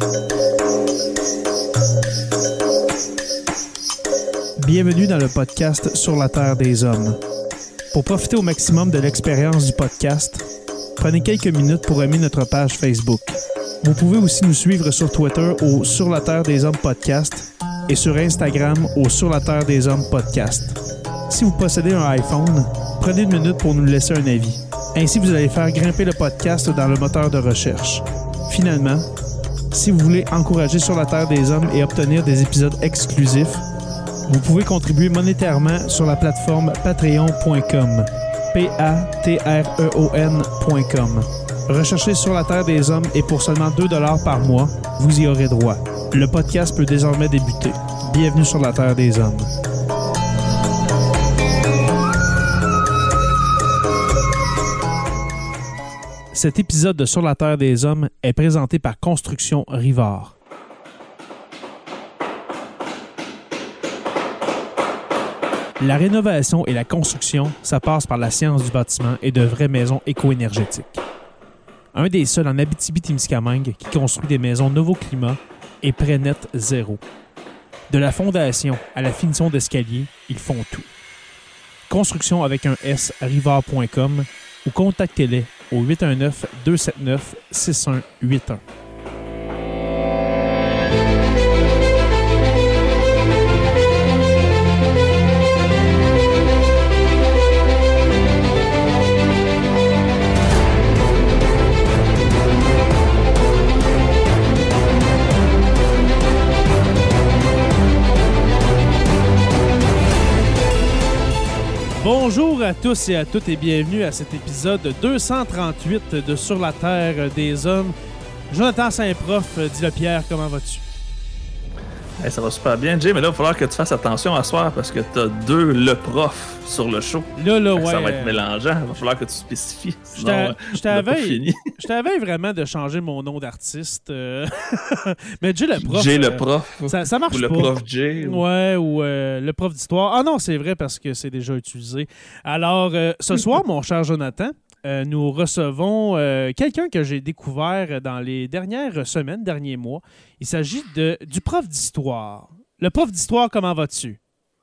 Bienvenue dans le podcast Sur la Terre des Hommes. Pour profiter au maximum de l'expérience du podcast, prenez quelques minutes pour aimer notre page Facebook. Vous pouvez aussi nous suivre sur Twitter au Sur la Terre des Hommes podcast et sur Instagram au Sur la Terre des Hommes podcast. Si vous possédez un iPhone, prenez une minute pour nous laisser un avis. Ainsi, vous allez faire grimper le podcast dans le moteur de recherche. Finalement, si vous voulez encourager Sur la Terre des Hommes et obtenir des épisodes exclusifs, vous pouvez contribuer monétairement sur la plateforme patreon.com. patreon.com. Recherchez Sur la Terre des Hommes et pour seulement 2$ par mois, vous y aurez droit. Le podcast peut désormais débuter. Bienvenue sur la Terre des Hommes. Cet épisode de Sur la Terre des Hommes est présenté par Construction Rivard. La rénovation et la construction, ça passe par la science du bâtiment et de vraies maisons éco-énergétiques. Un des seuls en Abitibi-Témiscamingue qui construit des maisons Novoclimat et Prénet Zéro. De la fondation à la finition d'escalier, ils font tout. Construction avec un S, rivard.com ou contactez-les au 819-279-6181. Bonjour à tous et à toutes et bienvenue à cet épisode 238 de Sur la Terre des Hommes. Jonathan Saint-Prof, dis-le Pierre, comment vas-tu? Hey, ça va super bien, Jay, mais là, il va falloir que tu fasses attention à soir parce que tu as deux le prof sur le show. Là, ouais. Ça va être mélangeant. Il va falloir que tu spécifies. Je t'avais vraiment de changer mon nom d'artiste. Mais Jay le prof. Jay le prof. Ça marche ou le pas. Prof Jay. Ouais, ou le prof d'histoire. Ah non, c'est vrai parce que c'est déjà utilisé. Alors, ce soir, mon cher Jonathan, nous recevons quelqu'un que j'ai découvert dans les dernières semaines, derniers mois. Il s'agit du prof d'histoire. Le prof d'histoire, comment vas-tu?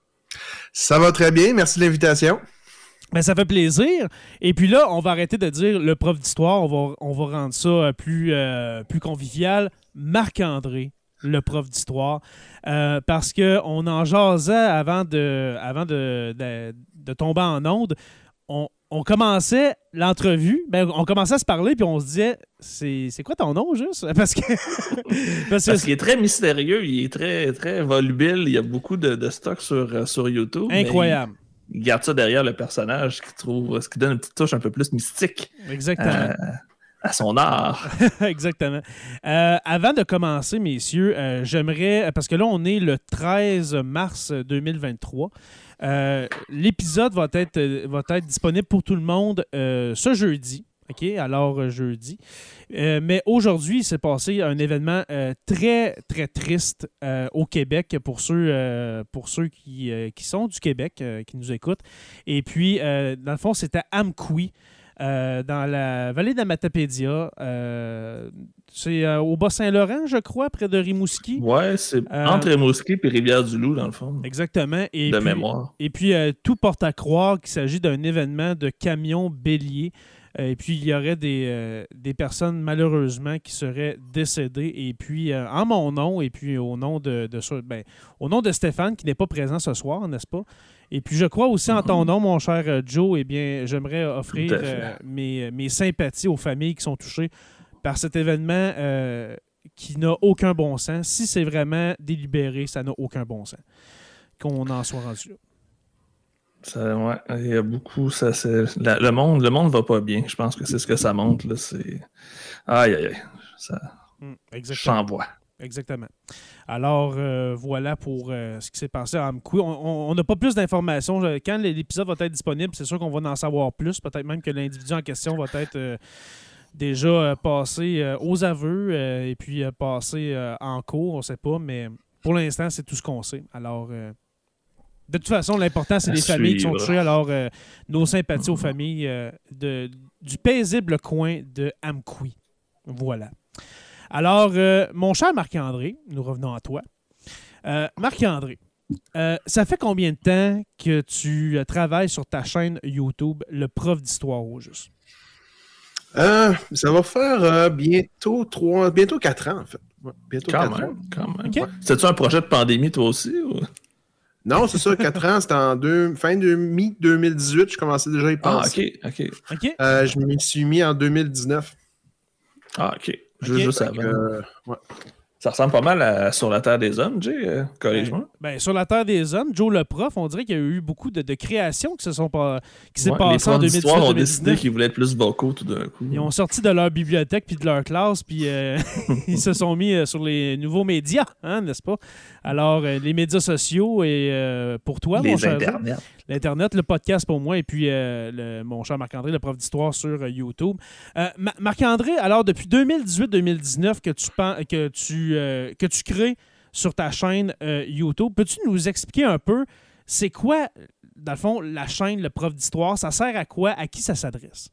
Ça va très bien, merci de l'invitation. Ben, ça fait plaisir. Et puis là, on va arrêter de dire le prof d'histoire, on va rendre ça plus convivial. Marc-André, le prof d'histoire. Parce qu'on en jasait avant de tomber en onde. On commençait l'entrevue, on commençait à se parler, puis on se disait, c'est quoi ton nom, juste? Parce qu'il est très mystérieux, il est très, très volubile, il y a beaucoup de stock sur YouTube. Incroyable. Il garde ça derrière le personnage, ce qui donne une petite touche un peu plus mystique. Exactement. À son art. Exactement. Avant de commencer, messieurs, j'aimerais, parce que là, on est le 13 mars 2023, l'épisode va être disponible pour tout le monde ce jeudi. OK? Alors, jeudi. Mais aujourd'hui, il s'est passé un événement très, très triste au Québec pour ceux qui sont du Québec, qui nous écoutent. Et puis, dans le fond, c'était à Amqui. Dans la vallée d'Amatapédia. C'est au Bas-Saint-Laurent, je crois, près de Rimouski. Ouais, c'est entre Rimouski et Rivière-du-Loup, dans le fond. Exactement. Mémoire. Et puis, tout porte à croire qu'il s'agit d'un événement de camion bélier. Et puis, il y aurait des personnes, malheureusement, qui seraient décédées. Et puis, en mon nom, et puis au nom de Stéphane, qui n'est pas présent ce soir, n'est-ce pas? Et puis, je crois aussi en ton nom, mon cher Joe, eh bien, j'aimerais offrir mes sympathies aux familles qui sont touchées par cet événement qui n'a aucun bon sens. Si c'est vraiment délibéré, ça n'a aucun bon sens qu'on en soit rendu là. Il y a beaucoup. Le monde va pas bien. Je pense que c'est ce que ça montre. Là, c'est... Aïe. J'en vois. Exactement. Alors, voilà pour ce qui s'est passé à Amqui. On n'a pas plus d'informations. Quand l'épisode va être disponible, c'est sûr qu'on va en savoir plus. Peut-être même que l'individu en question va être déjà passé aux aveux et puis passé en cours. On ne sait pas, mais pour l'instant, c'est tout ce qu'on sait. Alors, de toute façon, l'important, c'est les familles qui sont touchées. Alors, nos sympathies aux familles du paisible coin de Amqui. Voilà. Alors, mon cher Marc-André, nous revenons à toi. Marc-André, ça fait combien de temps que tu travailles sur ta chaîne YouTube, le prof d'histoire au juste? Ça va faire bientôt 4 ans, en fait. Ouais, bientôt Quand 4 même, ans. quand même. Okay. Ouais. C'était-tu un projet de pandémie, toi aussi? Ou... Non, c'est ça, 4 ans. C'était fin de mi-2018. Je commençais déjà à y penser. OK. Je m'y suis mis en 2019. OK. Juste avant. Ouais. Ça ressemble pas mal à Sur la Terre des Hommes, Jay, corrige-moi. Sur la Terre des Hommes, Joe le prof, on dirait qu'il y a eu beaucoup de créations qui s'est passées en 2018. Les ont décidé qu'ils voulaient être plus vocaux tout d'un coup. Ils ont sorti de leur bibliothèque puis de leur classe, puis ils se sont mis sur les nouveaux médias, hein, n'est-ce pas? Alors, les médias sociaux et pour toi, mon cher Internet. l'Internet, le podcast pour moi, et puis mon cher Marc-André, le prof d'histoire sur YouTube. Marc-André, alors depuis 2018-2019 que tu crées sur ta chaîne YouTube, peux-tu nous expliquer un peu c'est quoi, dans le fond, la chaîne Le Prof d'Histoire? Ça sert à quoi? À qui ça s'adresse?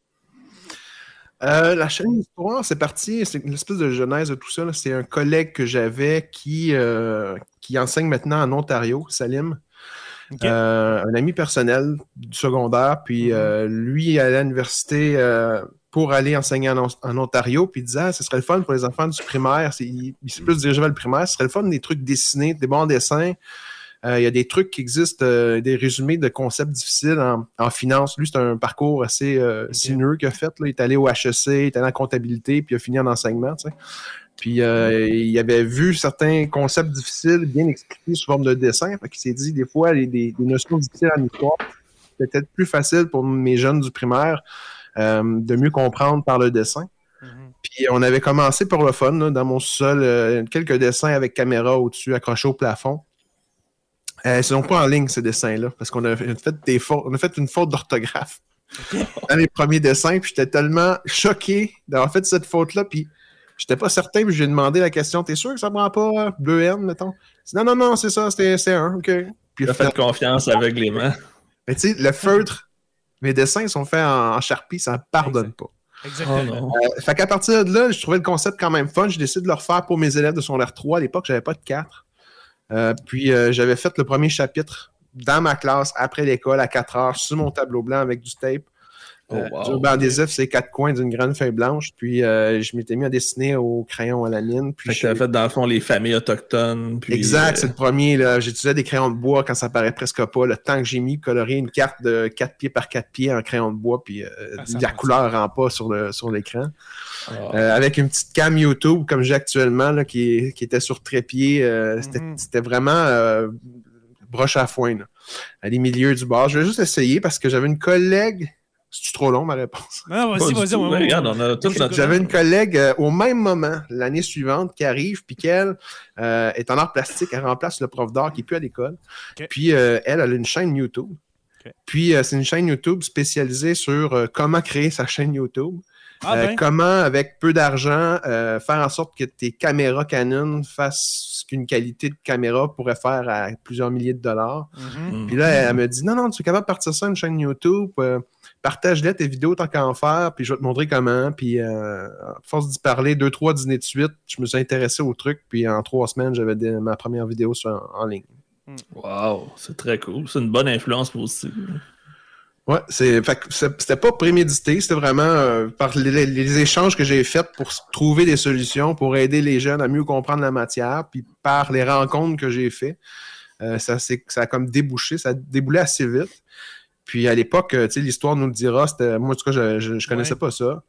La chaîne d'histoire, c'est une espèce de genèse de tout ça. Là. C'est un collègue que j'avais qui enseigne maintenant en Ontario, Salim. Okay. Un ami personnel du secondaire, puis lui il allait à l'université pour aller enseigner en Ontario, puis il disait ce serait le fun pour les enfants du primaire, il s'est plus dirigé vers le primaire, ce serait le fun des trucs dessinés, des bons dessins. Il y a des trucs qui existent, des résumés de concepts difficiles en finance. Lui, c'est un parcours assez sinueux qu'il a fait. Là. Il est allé au HEC, il est allé en comptabilité, puis il a fini en enseignement. Tu sais. Puis il avait vu certains concepts difficiles bien expliqués sous forme de dessin. Fait qu'il s'est dit, des fois, des notions difficiles en histoire, c'est peut-être plus facile pour mes jeunes du primaire de mieux comprendre par le dessin. Puis on avait commencé pour le fun, là, dans mon sous-sol, quelques dessins avec caméra au-dessus, accrochés au plafond. Ils sont pas en ligne, ces dessins-là, parce qu'on a fait on a fait une faute d'orthographe dans les premiers dessins, puis j'étais tellement choqué d'avoir fait cette faute-là, puis j'étais pas certain, puis je lui ai demandé la question, t'es sûr que ça prend pas 2N, mettons? Non, c'est ça, c'est un, OK. Puis il a fait confiance aveuglément. Mais tu sais, le feutre, mes dessins sont faits en Sharpie, ça ne pardonne pas. Exactement. Fait qu'à partir de là, je trouvais le concept quand même fun, j'ai décidé de le refaire pour mes élèves de secondaire 3. À l'époque, j'avais pas de 4. Puis j'avais fait le premier chapitre dans ma classe, après l'école, à 4 heures, sur mon tableau blanc avec du tape. Du ruban adhésif, c'est 4 coins d'une grande feuille blanche. Puis je m'étais mis à dessiner au crayon à la mine. Puis tu avais fait, dans le fond, les familles autochtones. Puis, exact, c'est le premier. Là. J'utilisais des crayons de bois quand ça paraît presque pas. Le temps que j'ai mis colorier une carte de 4 pieds par 4 pieds en crayon de bois, puis la couleur rend pas sur l'écran. Avec une petite cam YouTube comme j'ai actuellement, là, qui était sur trépied. C'était vraiment broche à foin. Là, à les milieux du bar. Je vais juste essayer parce que j'avais une collègue. C'est-tu trop long, ma réponse? Non, vas-y. Regarde, on a tous notre... J'avais une collègue au même moment, l'année suivante, qui arrive, puis qu'elle est en art plastique, elle remplace le prof d'art qui n'est plus à l'école. Okay. Puis elle a une chaîne YouTube. Okay. Puis c'est une chaîne YouTube spécialisée sur comment créer sa chaîne YouTube. Comment, avec peu d'argent, faire en sorte que tes caméras Canon fassent ce qu'une qualité de caméra pourrait faire à plusieurs milliers de dollars. Puis là, elle me dit, non, tu es capable de partir ça, une chaîne YouTube, partage-les tes vidéos tant qu'à en faire, puis je vais te montrer comment. Puis à force d'y parler, 2-3 dîners de suite, je me suis intéressé au truc, puis en 3 semaines, j'avais ma première vidéo en ligne. Wow, c'est très cool. C'est une bonne influence positive. Ouais, c'était pas prémédité, c'était vraiment par les échanges que j'ai faits pour trouver des solutions, pour aider les jeunes à mieux comprendre la matière, puis par les rencontres que j'ai faites, ça a comme débouché, ça a déboulé assez vite. Puis à l'époque, tu sais, l'histoire nous le dira, moi en tout cas, je connaissais pas ça.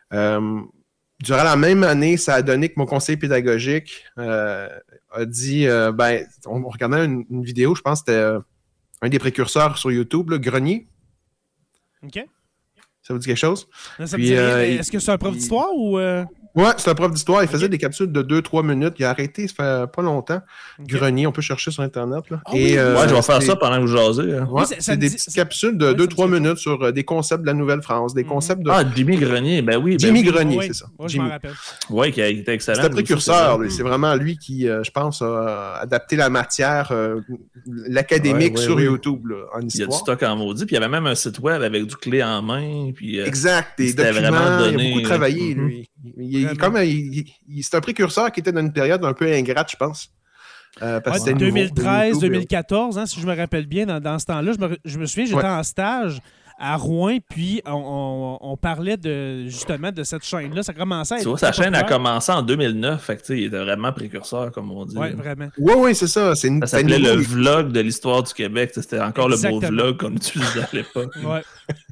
Durant la même année, ça a donné que mon conseiller pédagogique a dit, on regardait une vidéo, je pense que c'était un des précurseurs sur YouTube, là, Grenier. OK. Ça vous dit quelque chose? Puis, est-ce que c'est un prof d'histoire ou... Ouais, c'est un prof d'histoire. Il faisait des capsules de 2-3 minutes. Il a arrêté, ça fait pas longtemps. Okay. Grenier, on peut chercher sur Internet. Là. Je vais faire ça pendant que vous jasez. Hein. Ouais, c'est des petites capsules de 2-3 minutes sur des concepts de la Nouvelle-France, des concepts de... Jimmy Grenier, ben oui. Jimmy Grenier, c'est ça. Ouais, je m'en rappelle. Oui, qui était excellent. C'était précurseur. C'est vraiment lui qui, je pense, a adapté la matière, l'académique sur YouTube, là, en histoire. Il y a du stock en maudit. Puis il y avait même un site web avec du clé en main. Puis, exact, des documents. Il a beaucoup travaillé, lui. C'est un précurseur qui était dans une période un peu ingrate, je pense. Parce que 2013-2014, hein, si je me rappelle bien, dans ce temps-là, je me souviens, j'étais en stage à Rouen, puis on parlait justement de cette chaîne-là. Ça commençait à être. Tu vois, sa chaîne a commencé en 2009, fait que, il était vraiment précurseur, comme on dit. Oui, vraiment. Oui, c'est ça. Ça s'appelait le vlog de l'histoire du Québec. C'était encore le mot vlog comme tu disais à l'époque. Ouais.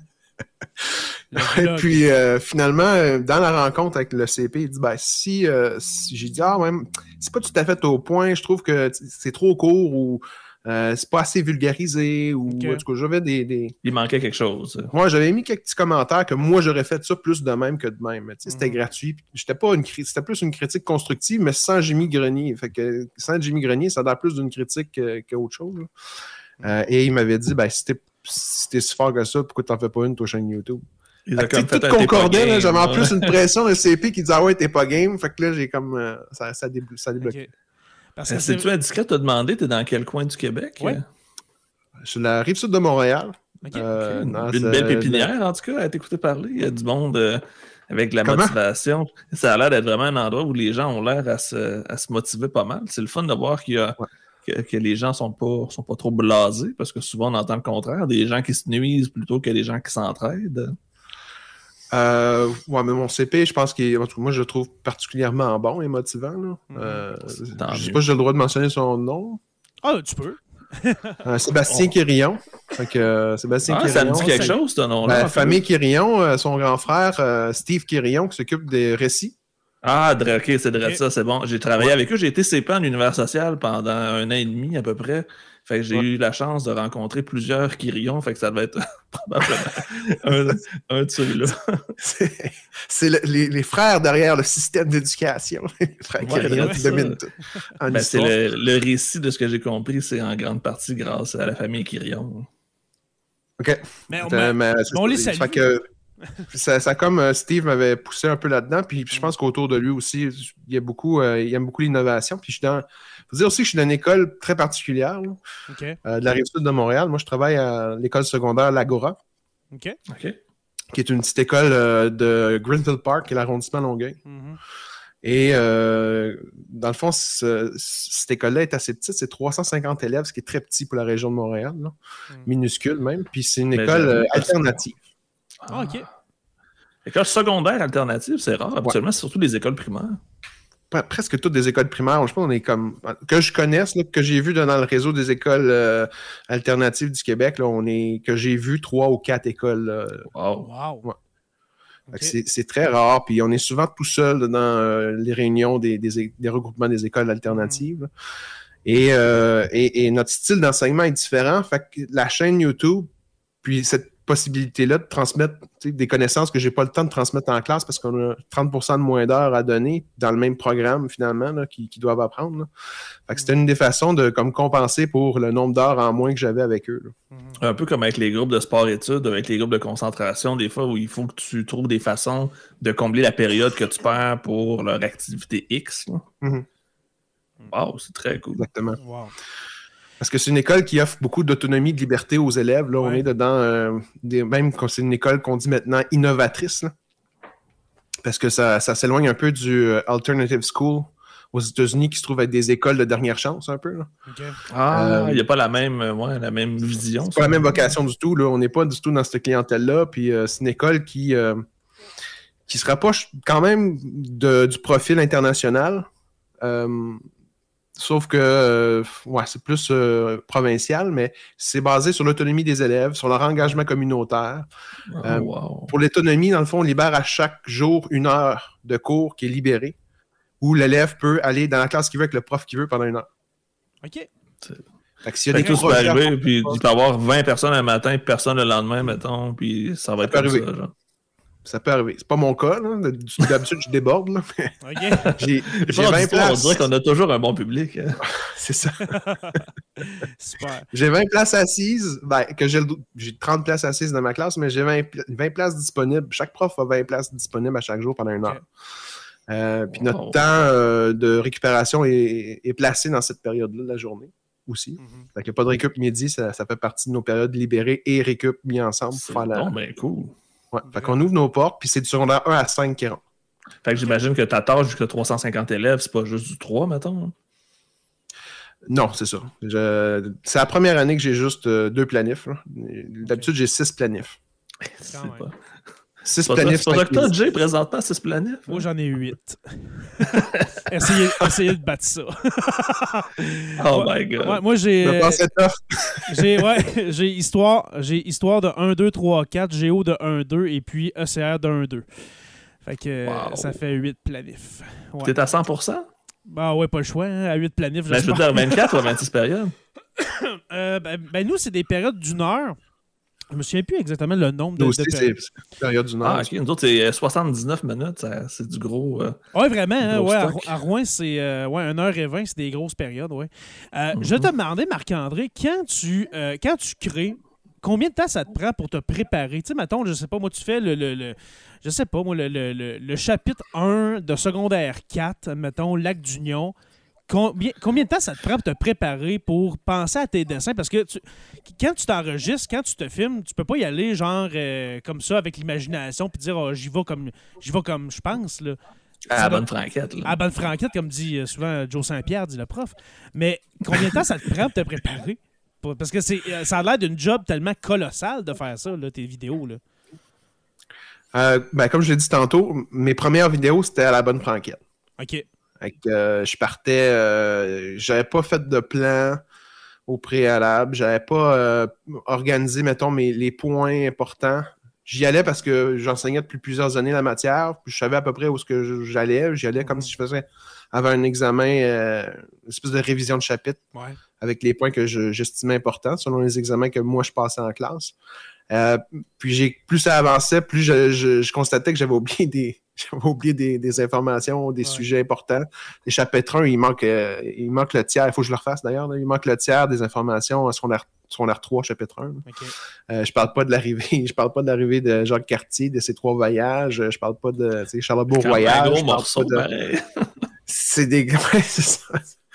Et puis, finalement, dans la rencontre avec le CP, il dit si j'ai dit, c'est pas tout à fait au point, je trouve que c'est trop court ou c'est pas assez vulgarisé ou en tout cas, j'avais des. Il manquait quelque chose. Moi, j'avais mis quelques petits commentaires que moi, j'aurais fait ça plus de même que de même. C'était gratuit. C'était plus une critique constructive, mais sans Jimmy Grenier. Fait que sans Jimmy Grenier, ça a l'air plus d'une critique qu'autre chose. Et il m'avait dit, si t'es si fort que ça, pourquoi t'en fais pas une toi chaîne YouTube? Tout concordait, j'avais en plus une pression de CP qui disait t'es pas game. Fait que là, j'ai comme ça débloqué. Okay. C'est-tu indiscret de te demander, t'es dans quel coin du Québec? Oui. Sur la rive sud de Montréal. Okay. Une belle pépinière, en tout cas, à t'écouter parler. Il y a du monde avec de la motivation. Ça a l'air d'être vraiment un endroit où les gens ont l'air à se motiver pas mal. C'est le fun de voir qu'il y a que les gens sont pas trop blasés, parce que souvent on entend le contraire, des gens qui se nuisent plutôt que des gens qui s'entraident. Mais mon CP, je pense moi je le trouve particulièrement bon et motivant. Je sais pas si j'ai le droit de mentionner son nom. Ah, tu peux. Sébastien Quirillon. Sébastien Quirillon. Ça me dit quelque chose, ce nom-là. La famille Quirillon, son grand frère, Steve Quirillon, qui s'occupe des récits. Ah, ok, c'est de ça, c'est bon. J'ai travaillé avec eux, j'ai été CP en univers social pendant 1 an et demi à peu près. Fait que j'ai eu la chance de rencontrer plusieurs Quirillons, fait que ça devait être probablement un de ceux-là. C'est les frères derrière le système d'éducation. Les frères Quirillon qui dominent tout. C'est le récit de ce que j'ai compris, c'est en grande partie grâce à la famille Quirillon. OK. Mais on les salue. Fait que, ça comme Steve m'avait poussé un peu là-dedans, puis je pense qu'autour de lui aussi, il aime beaucoup l'innovation. Puis faut dire aussi que je suis dans une école très particulière, de la Rive-Sud de Montréal. Moi, je travaille à l'école secondaire L'Agora, qui est une petite école de Greenfield Park, qui est l'arrondissement Longueuil. Et dans le fond, cette école-là est assez petite, c'est 350 élèves, ce qui est très petit pour la région de Montréal, minuscule même. Puis c'est une école alternative. Ah, OK. École secondaire alternative, c'est rare. Habituellement, c'est surtout les écoles primaires. Presque toutes des écoles primaires. Je pense qu'on est comme. Que je connaisse, que j'ai vu dans le réseau des écoles alternatives du Québec, que j'ai vu 3 ou 4 écoles. Wow. Ouais. Okay. C'est très rare. Puis on est souvent tout seul dans les réunions des regroupements des écoles alternatives. Et notre style d'enseignement est différent. Fait que la chaîne YouTube, puis cette possibilité-là de transmettre des connaissances que j'ai pas le temps de transmettre en classe parce qu'on a 30% de moins d'heures à donner dans le même programme, finalement, qu'ils doivent apprendre. Fait que c'était une des façons de compenser pour le nombre d'heures en moins que j'avais avec eux. Un peu comme avec les groupes de sport-études, avec les groupes de concentration, des fois où il faut que tu trouves des façons de combler la période que tu perds pour leur activité X. Wow, c'est très cool. Exactement. Wow. Parce que c'est une école qui offre beaucoup d'autonomie, de liberté aux élèves. Là, on est dedans, même quand c'est une école qu'on dit maintenant innovatrice. Là, parce que ça s'éloigne un peu du alternative school aux États-Unis qui se trouve être des écoles de dernière chance un peu. Là. Il n'y a pas la même vision. C'est pas la même vocation du tout. Là. On n'est pas du tout dans cette clientèle-là. Puis c'est une école qui se rapproche quand même du profil international. Sauf que c'est plus provincial, mais c'est basé sur l'autonomie des élèves, sur leur engagement communautaire. Pour l'autonomie, dans le fond, on libère à chaque jour 1 heure de cours qui est libérée, où l'élève peut aller dans la classe qu'il veut avec le prof qu'il veut pendant 1 heure. OK. Fait que s'il y a des tout peut arriver, puis il peut y avoir 20 personnes le matin, puis personne le lendemain, mettons, puis ça va être comme ça, genre. Ça peut arriver. C'est pas mon cas, là. D'habitude, je déborde, là. J'ai 20 places. On dirait qu'on a toujours un bon public. Hein. C'est ça. Super. J'ai 20 places assises. J'ai 30 places assises dans ma classe, mais j'ai 20 places disponibles. Chaque prof a 20 places disponibles à chaque jour pendant 1 heure. Puis notre temps de récupération est placé dans cette période-là de la journée aussi. Fait qu'il n'y a pas de récup midi, ça fait partie de nos périodes libérées et récup mis ensemble pour faire cool. Ouais. Fait qu'on ouvre nos portes, puis c'est du secondaire 1 à 5 qui rentrent. Fait que j'imagine que ta tâche jusqu'à 350 élèves, c'est pas juste du 3, mettons. Non, c'est ça. C'est la première année que j'ai juste 2 planifs. Là. D'habitude, j'ai 6 planifs. C'est pas... 6 planifs. C'est pas ça que t'as, Jay, présentement, 6 planifs? Moi, j'en ai 8. essayez de battre ça. Oh my God. Ouais, moi, j'ai... j'ai histoire de 1, 2, 3, 4, Géo de 1, 2 et puis ECR de 1, 2. Fait que ça fait 8 planifs. Ouais. T'es à 100%? Bah ouais, pas le choix, hein, à 8 planifs. Ben, je veux dire 24 ou 26 périodes? Nous, c'est des périodes d'1 heure. Je me souviens plus exactement le nombre de périodes. C'est période d'1 heure. Ah, ok. Nous autres, c'est 79 minutes. C'est du gros. Oui, vraiment. Hein, ouais, à Rouen, c'est 1h20, c'est des grosses périodes. Ouais. Je te demandais, Marc-André, quand tu crées, combien de temps ça te prend pour te préparer? Tu sais, mettons, je sais pas, moi, tu fais le chapitre 1 de secondaire 4, mettons, Lac d'Union. Combien de temps ça te prend pour te préparer pour penser à tes dessins? Parce que quand tu t'enregistres, quand tu te filmes, tu peux pas y aller genre comme ça avec l'imagination puis dire j'y vais comme je pense. Là. À la bonne franquette. Là. À la bonne franquette, comme dit souvent Joe Saint-Pierre, dit le prof. Mais combien de temps ça te prend pour te préparer? Parce que ça a l'air d'une job tellement colossale de faire ça, là, tes vidéos. Là. Comme je l'ai dit tantôt, mes premières vidéos, c'était à la bonne franquette. OK. Je partais, j'avais pas fait de plan au préalable, j'avais pas organisé, mettons, les points importants. J'y allais parce que j'enseignais depuis plusieurs années la matière, puis je savais à peu près où j'allais. J'y allais comme si je faisais avant un examen, une espèce de révision de chapitre avec les points que j'estimais importants selon les examens que moi je passais en classe. Puis plus ça avançait, plus je constatais que j'avais oublié des informations, des sujets importants. Les chapitres 1, il manque le tiers. Il faut que je le refasse d'ailleurs. Là. Il manque le tiers des informations secondaire 3, chapitre 1. Okay. Je parle pas de l'arrivée de Jacques Cartier, de ses 3 voyages. Je parle pas de Charlebourg Royal. Un gros morceau, c'est des... c'est ça.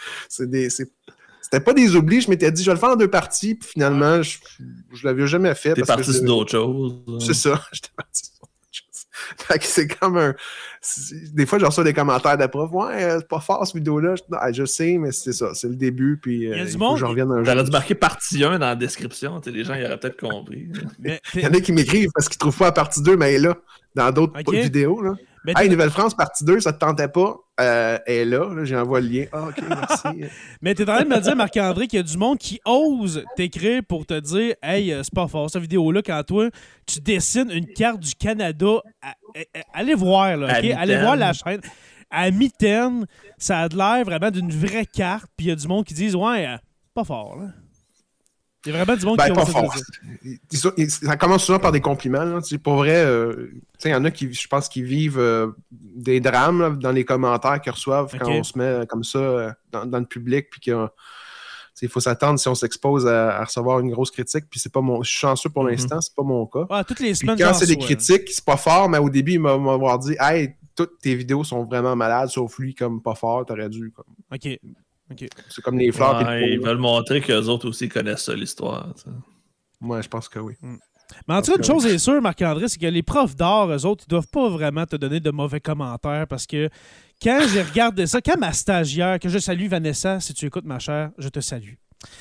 C'était pas des oublis, je m'étais dit je vais le faire en 2 parties, puis finalement je l'avais jamais fait. T'es parti sur d'autres choses. C'est ça, j'étais parti sur d'autres choses. Fait que c'est comme des fois je reçois des commentaires de profs, c'est pas fort cette vidéo-là. Je sais, mais c'est ça, c'est le début, puis il faut que je revienne un jour. J'aurais dû marquer partie 1 dans la description, les gens y auraient peut-être compris. Il y en a qui m'écrivent parce qu'ils trouvent pas la partie 2, mais elle est là, dans d'autres vidéos. Là. Hey, Nouvelle-France, partie 2, ça te tentait pas? Elle est là, j'envoie le lien. Ah, OK, merci. Mais t'es en train de me dire, Marc-André, qu'il y a du monde qui ose t'écrire pour te dire hey, c'est pas fort, cette vidéo-là, quand toi, tu dessines une carte du Canada, allez voir, là, OK? Allez voir la chaîne. À mitaine, ça a l'air vraiment d'une vraie carte, puis il y a du monde qui dit pas fort, là. Il y a vraiment du monde qui pas fort. Ça commence souvent par des compliments. Là. Pour vrai, il y en a qui, je pense, qui vivent des drames là, dans les commentaires qu'ils reçoivent quand on se met comme ça dans le public. Puis il faut s'attendre si on s'expose à recevoir une grosse critique. Puis c'est pas je suis chanceux pour l'instant, c'est pas mon cas. Toutes les semaines, puis quand c'est des critiques, c'est pas fort, mais au début, ils m'ont dit hey, toutes tes vidéos sont vraiment malades, sauf lui, comme pas fort, t'aurais dû. Comme... OK. Okay. C'est comme les fleurs. Ils veulent montrer qu'eux autres aussi connaissent ça, l'histoire. Moi, je pense que oui. Mais en tout cas, une chose est sûre, Marc-André, c'est que les profs d'art, eux autres, ils doivent pas vraiment te donner de mauvais commentaires parce que quand j'ai regardé ça, quand ma stagiaire, que je salue Vanessa, si tu écoutes ma chère, je te salue.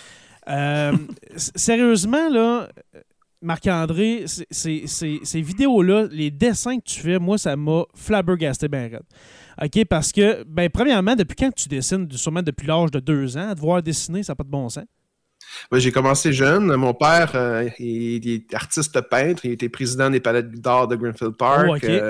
Sérieusement, là, Marc-André, ces vidéos-là, les dessins que tu fais, moi, ça m'a flabbergasté bien raide. OK, parce que, premièrement, depuis quand tu dessines, sûrement depuis l'âge de 2 ans, à devoir dessiner, ça n'a pas de bon sens. J'ai commencé jeune. Mon père, il est artiste peintre. Il était président des palettes d'art de Greenfield Park. Oh, okay.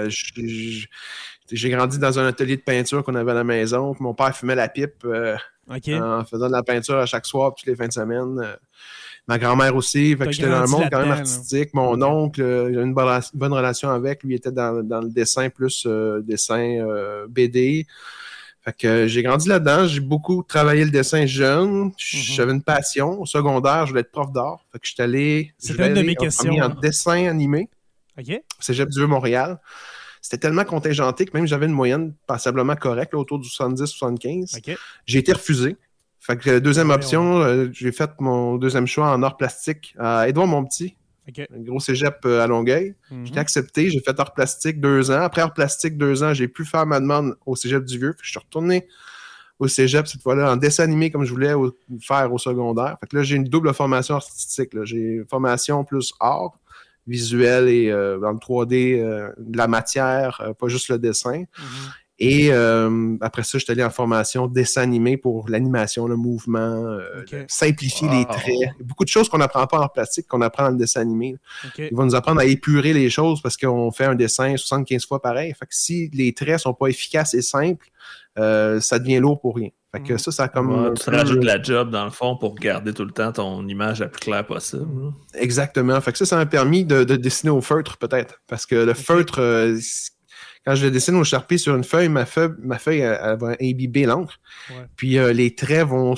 J'ai grandi dans un atelier de peinture qu'on avait à la maison. Mon père fumait la pipe en faisant de la peinture à chaque soir, toutes les fins de semaine. Ma grand-mère aussi. Fait que j'étais dans un monde quand même artistique. Là. Mon oncle, j'ai une bonne relation avec. Lui, il était dans le dessin plus dessin BD. Fait que j'ai grandi là-dedans. J'ai beaucoup travaillé le dessin jeune. J'avais une passion. Au secondaire, je voulais être prof d'art. Fait que je suis allé une de mes questions, en dessin animé. OK. Au Cégep du Vieux-Montréal. C'était tellement contingenté que même j'avais une moyenne passablement correcte, là, autour du 70-75. Okay. J'ai été refusé. Fait que deuxième option, j'ai fait mon deuxième choix en art plastique à Édouard Montpetit. Okay. Un gros cégep à Longueuil. J'étais accepté, j'ai fait art plastique 2 ans. Après art plastique 2 ans, j'ai pu faire ma demande au cégep du Vieux. Je suis retourné au cégep, cette fois-là, en dessin animé comme je voulais faire au secondaire. Fait que là, j'ai une double formation artistique. Là. J'ai une formation plus art, visuel et dans le 3D, de la matière, pas juste le dessin. Et après ça, je suis allé en formation dessin animé pour l'animation, le mouvement, simplifier les traits. Il y a beaucoup de choses qu'on n'apprend pas en plastique, qu'on apprend dans le dessin animé. Ils vont nous apprendre à épurer les choses parce qu'on fait un dessin 75 fois pareil. Fait que si les traits sont pas efficaces et simples, ça devient lourd pour rien. Fait que ça comme... tu rajoutes de la job, dans le fond, pour garder tout le temps ton image la plus claire possible. Exactement. Fait que ça m'a permis de dessiner au feutre, peut-être. Parce que le feutre... quand je le dessine au Sharpie sur une feuille, ma feuille elle va imbiber l'encre. Puis les traits vont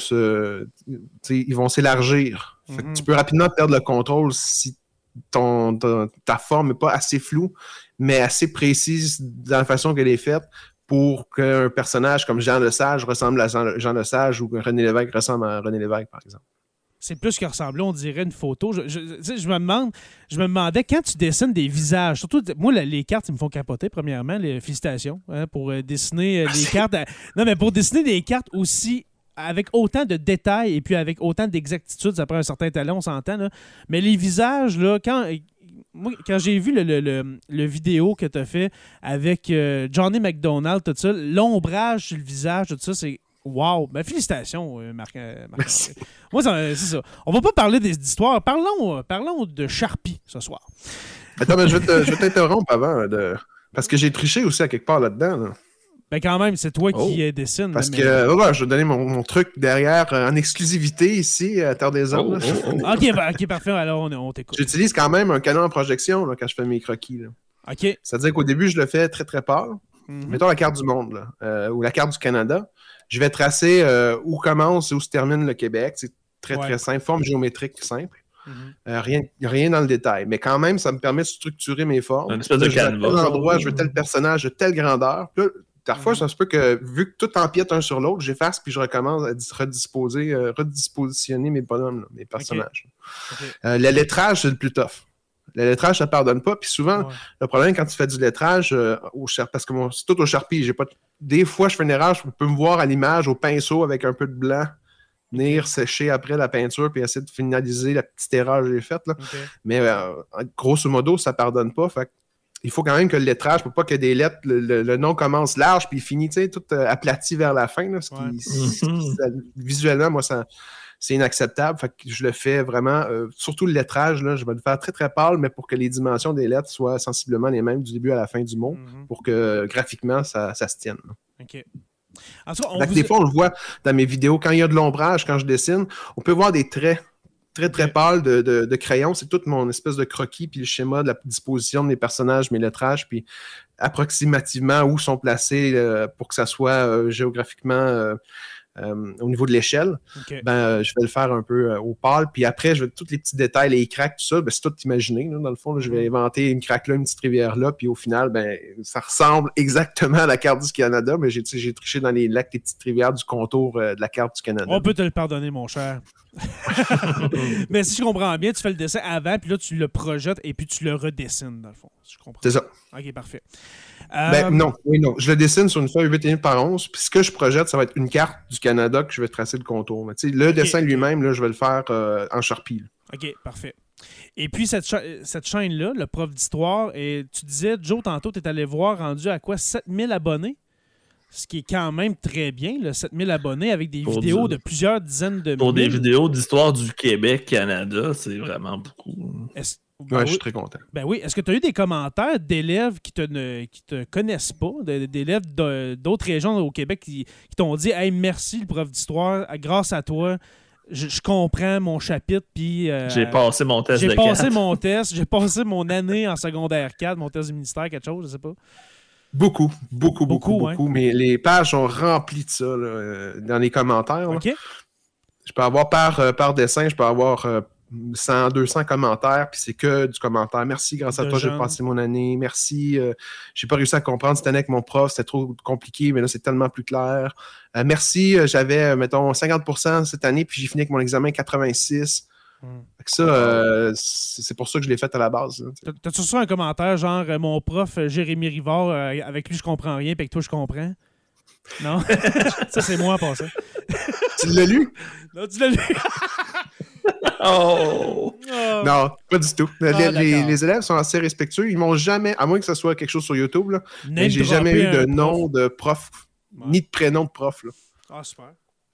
s'élargir. Fait que tu peux rapidement perdre le contrôle si ta forme n'est pas assez floue, mais assez précise dans la façon qu'elle est faite pour qu'un personnage comme Jean Lesage ressemble à Jean Lesage ou que René Lévesque ressemble à René Lévesque, par exemple. C'est plus que ressembler, on dirait une photo. Je me demandais, quand tu dessines des visages, surtout, moi, les cartes, ils me font capoter, premièrement, les félicitations, pour dessiner les cartes. Non, mais pour dessiner des cartes aussi, avec autant de détails et puis avec autant d'exactitude, ça prend un certain talent, on s'entend, là. Mais les visages, là, quand j'ai vu le vidéo que tu as fait avec Johnny McDonald, tout ça, l'ombrage sur le visage, tout ça, c'est... Wow! Ben, félicitations, Marc. Moi, c'est ça. On va pas parler d'histoires. Parlons de Sharpie ce soir. Attends, mais je vais t'interrompre avant. Parce que j'ai triché aussi à quelque part là-dedans. Là. Ben, quand même, c'est toi qui dessine. Parce que je vais donner mon truc derrière en exclusivité ici à Terre des Hommes. OK, parfait. Alors, on t'écoute. J'utilise quand même un canon en projection là, quand je fais mes croquis. Là. OK. C'est-à-dire qu'au début, je le fais très, très pâle. Mettons la carte du monde là, ou la carte du Canada. Je vais tracer où commence et où se termine le Québec. C'est très, très simple. Forme géométrique simple. Rien dans le détail. Mais quand même, ça me permet de structurer mes formes. Une espèce de canevas. Tel endroit, je veux tel personnage de telle grandeur. Puis là, parfois, ça se peut que, vu que tout empiète un sur l'autre, j'efface puis je recommence à redispositionner mes bonhommes, là, mes personnages. Le lettrage, c'est le plus tough. Le lettrage, ça ne pardonne pas. Puis souvent, le problème quand tu fais du lettrage, parce que c'est tout au Sharpie. Des fois, je fais une erreur, je peux me voir à l'image au pinceau avec un peu de blanc, venir sécher après la peinture puis essayer de finaliser la petite erreur que j'ai faite. Là. Mais grosso modo, ça ne pardonne pas. Fait il faut quand même que le lettrage, pour pas que des lettres, le nom commence large puis finit tout aplati vers la fin. Là, visuellement, moi, c'est inacceptable. Fait que je le fais vraiment, surtout le lettrage, là, je vais le faire très, très pâle, mais pour que les dimensions des lettres soient sensiblement les mêmes du début à la fin du mot, pour que graphiquement, ça se tienne. Là. OK. En tout cas, des fois, on le voit dans mes vidéos, quand il y a de l'ombrage, quand je dessine, on peut voir des traits très, très pâles de crayon. C'est toute mon espèce de croquis, puis le schéma de la disposition de mes personnages, mes lettrages, puis approximativement où sont placés pour que ça soit géographiquement... au niveau de l'échelle, je vais le faire un peu au pâle. Puis après, je vais tous les petits détails, les cracks, tout ça, c'est tout imaginé. Là, dans le fond, là, je vais inventer une craque là, une petite rivière là, puis au final, ça ressemble exactement à la carte du Canada, mais j'ai triché dans les lacs, les petites rivières du contour de la carte du Canada. On peut te le pardonner, mon cher. Mais si je comprends bien, tu fais le dessin avant, puis là, tu le projettes et puis tu le redessines, dans le fond. Je comprends. C'est ça. OK, parfait. Non. Je le dessine sur une feuille 8,5 par 11, puis ce que je projette, ça va être une carte du Canada que je vais tracer le contour. Mais, le dessin lui-même, là, je vais le faire en Sharpie. Là. OK, parfait. Et puis, cette chaîne-là, le prof d'histoire, et tu disais, Joe, tantôt, tu es allé voir rendu à quoi? 7000 abonnés? Ce qui est quand même très bien, là, 7000 abonnés avec des vidéos de plusieurs dizaines de Pour mille. des vidéos d'histoire du Québec, Canada, c'est vraiment beaucoup. Je suis très content. Ben oui. Est-ce que tu as eu des commentaires d'élèves qui te connaissent pas, d'élèves d'autres régions au Québec qui t'ont dit « Hey, merci, le prof d'histoire, grâce à toi, je comprends mon chapitre, puis... j'ai passé mon test J'ai passé mon année en secondaire 4, mon test du ministère, quelque chose, je sais pas. » Beaucoup. Hein? Mais les pages sont remplies de ça là, dans les commentaires. OK. Là. Je peux avoir par dessin, je peux avoir 100, 200 commentaires, puis c'est que du commentaire. Merci, grâce à toi, j'ai passé mon année. Merci, j'ai pas réussi à comprendre cette année avec mon prof, c'était trop compliqué, mais là, c'est tellement plus clair. Merci, j'avais, mettons, 50% cette année, puis j'ai fini avec mon examen 86. Ça, c'est pour ça que je l'ai fait à la base. T'as-tu reçu un commentaire genre « Mon prof, Jérémy Rivard, avec lui, je comprends rien, puis avec toi, je comprends. » Non? Ça, c'est moi en passant. Tu l'as lu? Non, tu l'as lu. Oh! Non, pas du tout. Les élèves sont assez respectueux. Ils m'ont jamais, à moins que ce soit quelque chose sur YouTube, là, mais j'ai jamais eu de nom de prof, ni de prénom de prof. Là. Ah, super.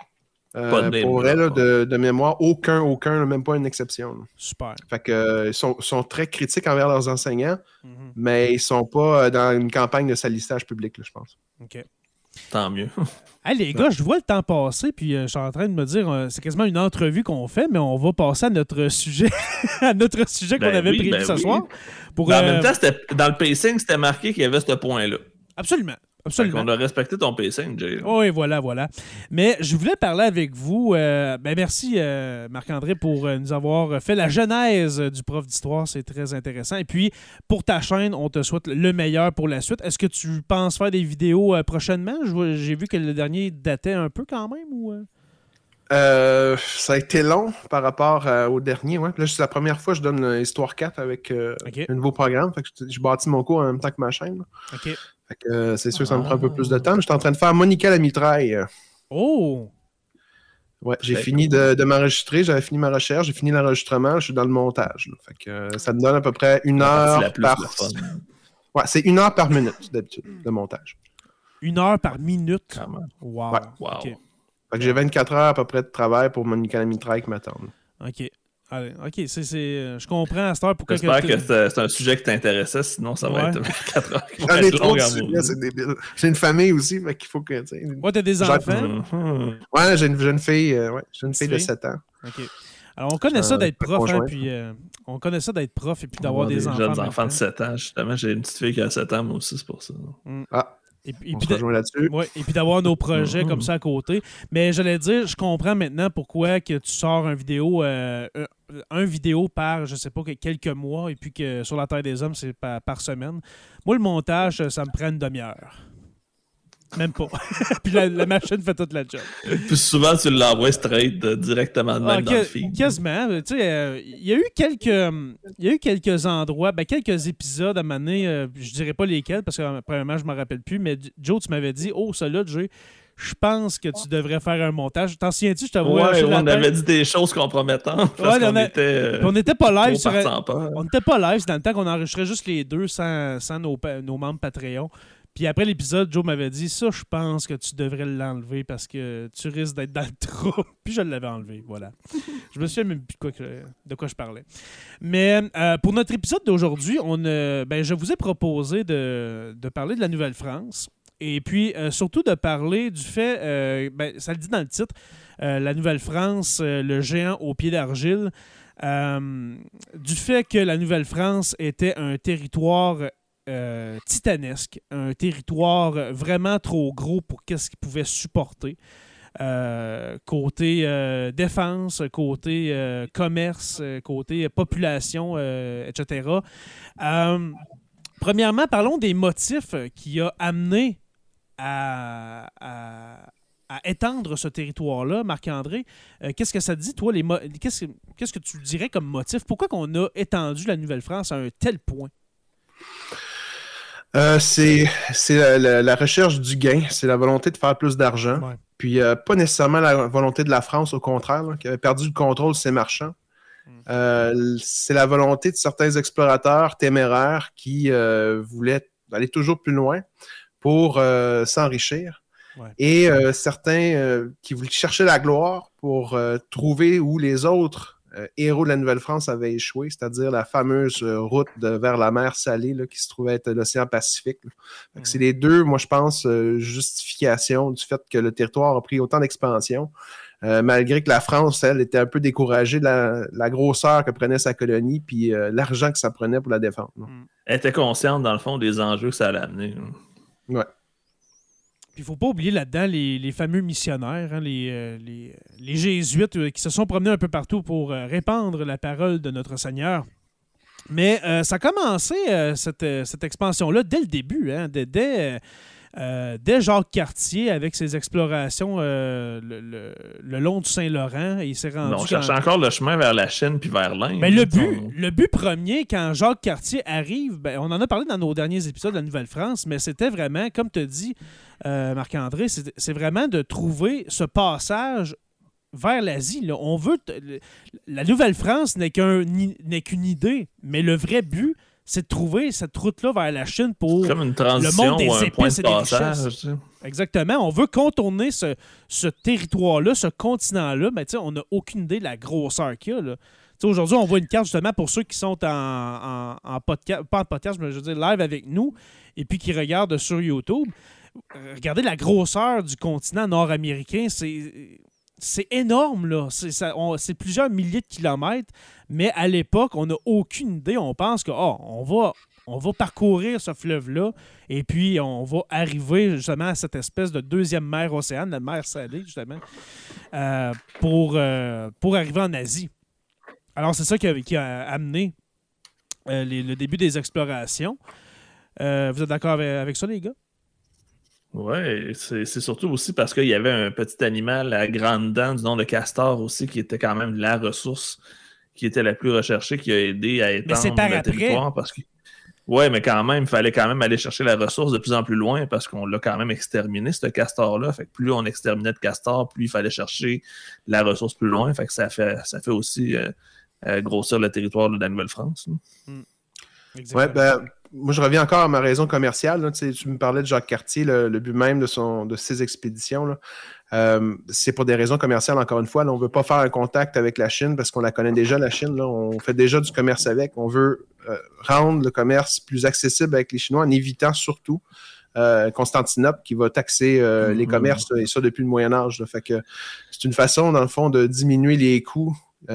Pour vrai, là, de mémoire, aucun, même pas une exception. Là. Super. Fait que, ils sont très critiques envers leurs enseignants, mais ils sont pas dans une campagne de salissage public, là, je pense. OK. Tant mieux. Hey, les gars, je vois le temps passer, puis je suis en train de me dire, c'est quasiment une entrevue qu'on fait, mais on va passer à notre sujet, qu'on avait prévu ce soir. En même temps, dans le pacing, c'était marqué qu'il y avait ce point-là. Absolument. On a respecté ton pacing, Jay. Oui, voilà. Mais je voulais parler avec vous. Merci, Marc-André, pour nous avoir fait la genèse du prof d'histoire. C'est très intéressant. Et puis, pour ta chaîne, on te souhaite le meilleur pour la suite. Est-ce que tu penses faire des vidéos prochainement? J'ai vu que le dernier datait un peu quand même. Ou ça a été long par rapport au dernier. Ouais. Là, c'est la première fois que je donne Histoire 4 avec un nouveau programme. Fait que je bâtis mon cours en même temps que ma chaîne. Là. OK. Fait que, c'est sûr que ça me prend un peu plus de temps. Je suis en train de faire Monica la mitraille. Oh! Ouais, j'ai fini de m'enregistrer, j'avais fini ma recherche, j'ai fini l'enregistrement, je suis dans le montage. Là. Fait que ça me donne à peu près 1 heure par... Ouais, c'est 1 heure par minute d'habitude de montage. 1 heure par minute? Wow. Ouais. Okay. Fait que j'ai 24 heures à peu près de travail pour Monica la mitraille qui m'attend. OK. Allez, OK, je comprends à cette heure pourquoi... J'espère que c'est un sujet qui t'intéressait, sinon ça va être 4 heures. J'en ai trop de sujets, c'est débile. J'ai une famille aussi, fait qu'il faut que... Ouais, t'as des enfants? Ouais, j'ai une fille, de 7 ans. OK. Alors, on connaît ça d'être prof, puis on connaît ça d'être prof et puis d'avoir des enfants. Jeunes enfants de 7 ans, justement. J'ai une petite fille qui a 7 ans, moi aussi, c'est pour ça. Et on se rejoint là-dessus. Ouais, et puis d'avoir nos projets comme ça à côté. Mais j'allais dire, je comprends maintenant pourquoi que tu sors un vidéo par, je sais pas, quelques mois, et puis que sur la Terre des Hommes, c'est par semaine. Moi, le montage, ça me prend une demi-heure. Même pas. Puis la machine fait toute la job. Puis souvent, tu l'envoies straight directement dans le feed. Quasiment. Tu sais, il y a eu quelques endroits, quelques épisodes à m'amener, je dirais pas lesquels, parce que premièrement, je me rappelle plus, mais Joe, tu m'avais dit, ça là, Jay, je pense que tu devrais faire un montage. T'en souviens-tu, je t'avoue. Ouais, on avait dit des choses compromettantes. Parce on n'était pas live. On n'était pas live, c'est dans le temps qu'on enregistrait juste les deux sans nos membres Patreon. Puis après l'épisode, Joe m'avait dit, ça, je pense que tu devrais l'enlever parce que tu risques d'être dans le trou. Puis je l'avais enlevé, voilà. Je me souviens même plus de quoi je parlais. Mais pour notre épisode d'aujourd'hui, je vous ai proposé de parler de la Nouvelle-France. Et puis, surtout de parler du fait, ça le dit dans le titre, la Nouvelle-France, le géant aux pieds d'argile, du fait que la Nouvelle-France était un territoire titanesque, un territoire vraiment trop gros pour qu'est-ce qu'il pouvait supporter. Côté défense, côté commerce, côté population, etc. Premièrement, parlons des motifs qui ont amené à étendre ce territoire-là. Marc-André, qu'est-ce que ça te dit, toi? Qu'est-ce que tu dirais comme motif? Pourquoi qu'on a étendu la Nouvelle-France à un tel point? C'est la recherche du gain, c'est la volonté de faire plus d'argent. Ouais. Puis pas nécessairement la volonté de la France, au contraire, qui avait perdu le contrôle de ses marchands. C'est la volonté de certains explorateurs téméraires qui voulaient aller toujours plus loin pour s'enrichir. Ouais. Et certains qui voulaient chercher la gloire pour trouver où les autres héros de la Nouvelle-France avaient échoué, c'est-à-dire la fameuse route vers la mer Salée là, qui se trouvait être l'océan Pacifique. C'est les deux, moi je pense, justifications du fait que le territoire a pris autant d'expansion, malgré que la France, elle, était un peu découragée de la grosseur que prenait sa colonie puis l'argent que ça prenait pour la défendre. Elle était consciente, dans le fond, des enjeux que ça allait amener. Ouais. Il ne faut pas oublier là-dedans les fameux missionnaires, hein, les jésuites qui se sont promenés un peu partout pour répandre la parole de notre Seigneur. Mais ça a commencé, cette expansion-là, dès le début. Hein, dès dès Jacques Cartier, avec ses explorations le long du Saint-Laurent, il s'est rendu... On cherchait encore le chemin vers la Chine puis vers l'Inde. Mais le but premier, quand Jacques Cartier arrive, on en a parlé dans nos derniers épisodes de la Nouvelle-France, mais c'était vraiment, comme tu as dit, Marc-André, c'est vraiment de trouver ce passage vers l'Asie. Là. On veut... La Nouvelle-France n'est qu'une idée, mais le vrai but, c'est de trouver cette route-là vers la Chine pour comme une transition le monde des épices et des passage, richesses. Exactement. On veut contourner ce territoire-là, ce continent-là, mais on n'a aucune idée de la grosseur qu'il y a. Là. Aujourd'hui, on voit une carte justement pour ceux qui sont en podcast, pas en podcast, mais je veux dire live avec nous, et puis qui regardent sur YouTube. Regardez la grosseur du continent nord-américain, c'est énorme, là. C'est plusieurs milliers de kilomètres, mais à l'époque, on n'a aucune idée. On pense que on va parcourir ce fleuve-là et puis on va arriver justement à cette espèce de deuxième mer océane, la mer Salée, justement, pour arriver en Asie. Alors, c'est ça qui a amené le début des explorations. Vous êtes d'accord avec ça, les gars? Oui, c'est surtout aussi parce qu'il y avait un petit animal à grandes dents du nom de castor aussi, qui était quand même la ressource qui était la plus recherchée, qui a aidé à étendre le territoire. Oui, mais quand même, il fallait quand même aller chercher la ressource de plus en plus loin parce qu'on l'a quand même exterminé, ce castor-là. Fait que plus on exterminait de castor, plus il fallait chercher la ressource plus loin. Fait que ça fait aussi grossir le territoire de la Nouvelle-France. Oui, moi, je reviens encore à ma raison commerciale. Là. Tu me parlais de Jacques Cartier, le but même de ses expéditions. Là. C'est pour des raisons commerciales, encore une fois. Là, on ne veut pas faire un contact avec la Chine parce qu'on la connaît déjà, la Chine. Là. On fait déjà du commerce avec. On veut rendre le commerce plus accessible avec les Chinois en évitant surtout Constantinople qui va taxer les commerces, et ça depuis le Moyen-Âge. Là. Fait que c'est une façon, dans le fond, de diminuer les coûts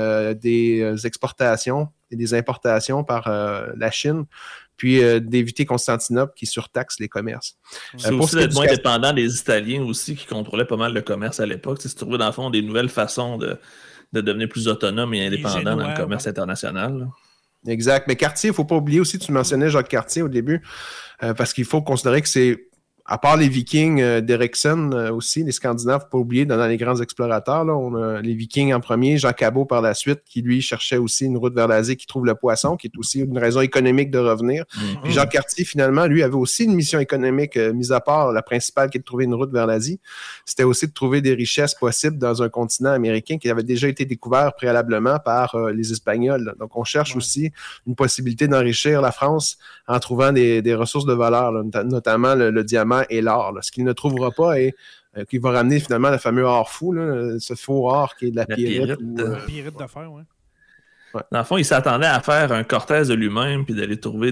des exportations et des importations par la Chine, puis d'éviter Constantinople qui surtaxe les commerces. C'est aussi d'être moins dépendant des Italiens aussi qui contrôlaient pas mal le commerce à l'époque. C'est trouver dans le fond des nouvelles façons de devenir plus autonome et indépendant dans le commerce international. Là. Exact. Mais Cartier, il ne faut pas oublier aussi, tu mentionnais Jacques Cartier au début, parce qu'il faut considérer que c'est, à part les Vikings d'Erickson aussi, les Scandinaves, faut pas oublier, dans les grands explorateurs, là, on a les Vikings en premier, Jean Cabot par la suite, qui lui cherchait aussi une route vers l'Asie, qui trouve le poisson, qui est aussi une raison économique de revenir. Puis Jacques Cartier, finalement, lui, avait aussi une mission économique, mis à part la principale, qui est de trouver une route vers l'Asie. C'était aussi de trouver des richesses possibles dans un continent américain qui avait déjà été découvert préalablement par les Espagnols. Là. Donc, on cherche aussi une possibilité d'enrichir la France en trouvant des ressources de valeur, là, notamment le diamant et l'or. Là. Ce qu'il ne trouvera pas et qui va ramener finalement le fameux or fou, là, ce faux or qui est de la pyrite. La pyrite d'affaires, oui. Ouais. Dans le fond, il s'attendait à faire un cortège de lui-même puis d'aller trouver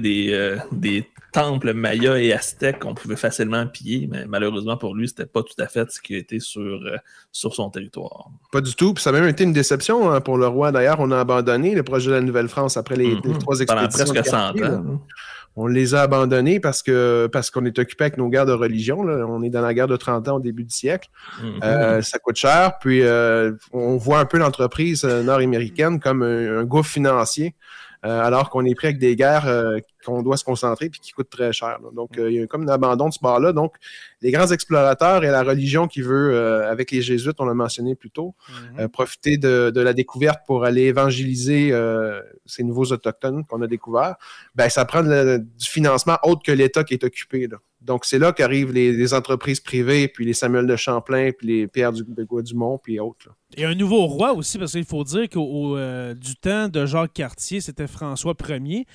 des temples mayas et aztèques qu'on pouvait facilement piller, mais malheureusement pour lui, c'était pas tout à fait ce qui était sur son territoire. Pas du tout, puis ça a même été une déception pour le roi. D'ailleurs, on a abandonné le projet de la Nouvelle-France après les 3 expéditions. Pendant presque 100 ans. Là. On les a abandonnés parce qu'on est occupé avec nos guerres de religion. Là. On est dans la guerre de 30 ans au début du siècle. Ça coûte cher. Puis on voit un peu l'entreprise nord-américaine comme un gouffre financier, alors qu'on est pris avec des guerres qu'on doit se concentrer et qui coûtent très cher. Là. Donc, il y a comme un abandon de ce bord-là. Donc, les grands explorateurs et la religion qui veut, avec les Jésuites, on l'a mentionné plus tôt, profiter de la découverte pour aller évangéliser ces nouveaux autochtones qu'on a découverts, ben, ça prend du financement autre que l'État qui est occupé. Là. Donc, c'est là qu'arrivent les entreprises privées, puis les Samuel de Champlain, puis les Pierre de Dumont, puis autres. Là. Et un nouveau roi aussi, parce qu'il faut dire qu'au du temps de Jacques Cartier, c'était François Ier.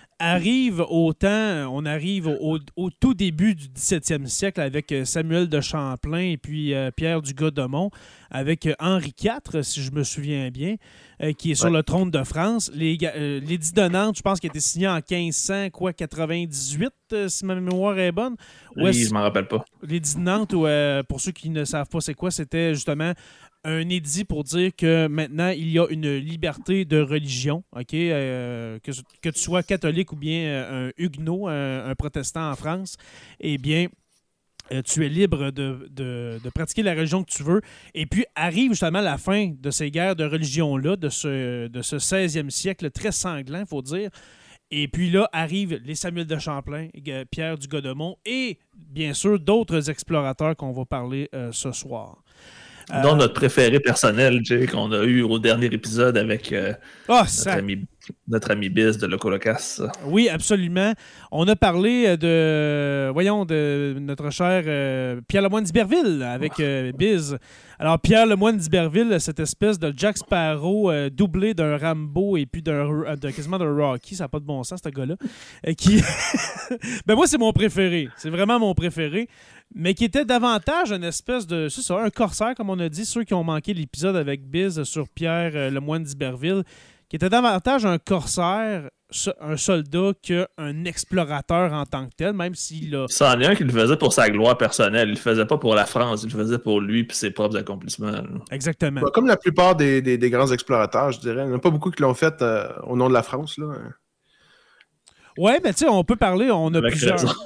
On arrive au tout début du 17e siècle avec Samuel de Champlain et puis Pierre du Godemont, avec Henri IV, si je me souviens bien, qui est sur le trône de France. L'édit de Nantes, je pense qu'il a été signé en 1598, si ma mémoire est bonne. Oui, je m'en rappelle pas. L'édit de Nantes, pour ceux qui ne savent pas c'est quoi, c'était justement un édit pour dire que maintenant, il y a une liberté de religion, OK? Que tu sois catholique ou bien un huguenot, un protestant en France, eh bien, tu es libre de pratiquer la religion que tu veux. Et puis, arrive justement la fin de ces guerres de religion-là, de ce 16e siècle très sanglant, il faut dire. Et puis là, arrivent les Samuel de Champlain, Pierre du Godemont et bien sûr d'autres explorateurs qu'on va parler ce soir. Dont notre préféré personnel, Jay, qu'on a eu au dernier épisode avec notre ami Biz de Locolocas. Oui, absolument. On a parlé de notre cher Pierre Lemoine d'Iberville avec Biz. Alors, Pierre Lemoine d'Iberville, cette espèce de Jack Sparrow doublé d'un Rambo et puis quasiment d'un Rocky, ça n'a pas de bon sens, ce gars-là, ben moi, c'est mon préféré. C'est vraiment mon préféré. Mais qui était davantage une espèce de... C'est ça, un corsaire, comme on a dit, ceux qui ont manqué l'épisode avec Biz sur Pierre Lemoine d'Iberville, qui était davantage un corsaire, un soldat, qu'un explorateur en tant que tel, même s'il a... C'en est un qui le faisait pour sa gloire personnelle. Il le faisait pas pour la France, il le faisait pour lui et ses propres accomplissements. Exactement. Bah, comme la plupart des grands explorateurs, je dirais. Il n'y en a pas beaucoup qui l'ont fait au nom de la France. Là. Ouais, mais tu sais, on peut parler, on a avec plusieurs... raison.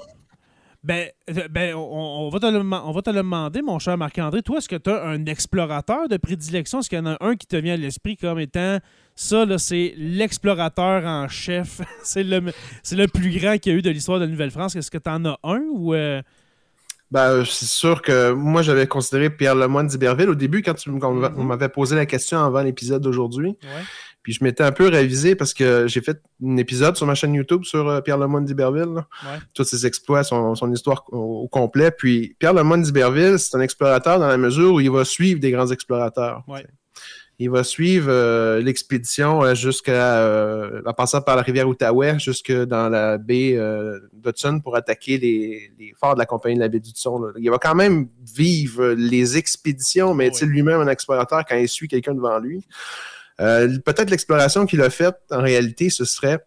On va te le demander, mon cher Marc-André. Toi, est-ce que tu as un explorateur de prédilection? Est-ce qu'il y en a un qui te vient à l'esprit comme étant ça, là, c'est l'explorateur en chef? c'est le plus grand qu'il y a eu de l'histoire de la Nouvelle-France. Est-ce que tu en as un ou... C'est sûr que moi, j'avais considéré Pierre Lemoine d'Iberville au début quand on m'avait posé la question avant l'épisode d'aujourd'hui. Ouais. Puis je m'étais un peu révisé parce que j'ai fait un épisode sur ma chaîne YouTube sur Pierre Lemoine d'Iberville. Ouais. Tous ses exploits, son histoire au complet. Puis Pierre Lemoine d'Iberville, c'est un explorateur dans la mesure où il va suivre des grands explorateurs. Ouais. Il va suivre l'expédition en passant par la rivière Outaouais jusque dans la baie d'Hudson pour attaquer les forts de la compagnie de la baie d'Hudson. Là. Il va quand même vivre les expéditions, mais est-il lui-même un explorateur quand il suit quelqu'un devant lui? Peut-être l'exploration qu'il a faite, en réalité, ce serait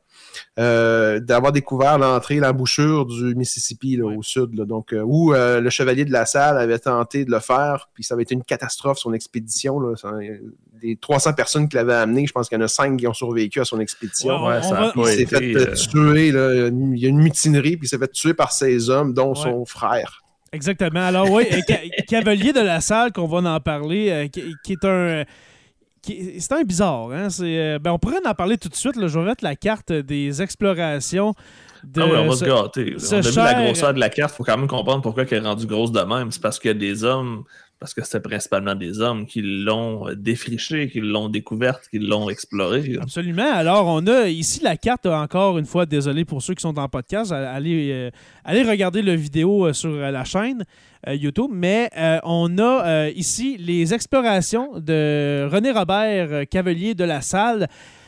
d'avoir découvert l'embouchure du Mississippi là, au sud. Là, donc, où le chevalier de La Salle avait tenté de le faire, puis ça avait été une catastrophe, son expédition. Là. Des 300 personnes qu'il avait amenées, je pense qu'il y en a 5 qui ont survécu à son expédition. Il s'est fait tuer. Là, il y a une mutinerie, puis il s'est fait tuer par ses hommes, dont son frère. Exactement. Alors oui, Cavalier de La Salle, qu'on va en parler, qui est un... C'est un bizarre, hein? On pourrait en parler tout de suite. Là. Je vais mettre la carte des explorations. On va se gâter. On a vu la grosseur de la carte. Il faut quand même comprendre pourquoi elle est rendue grosse de même. C'est parce qu'il y a des hommes, parce que c'était principalement des hommes qui l'ont défriché, qui l'ont découverte, qui l'ont explorée. Absolument. Alors, on a ici la carte, encore une fois, désolé pour ceux qui sont en podcast, allez regarder la vidéo sur la chaîne YouTube, mais on a ici les explorations de René Robert Cavelier de La Salle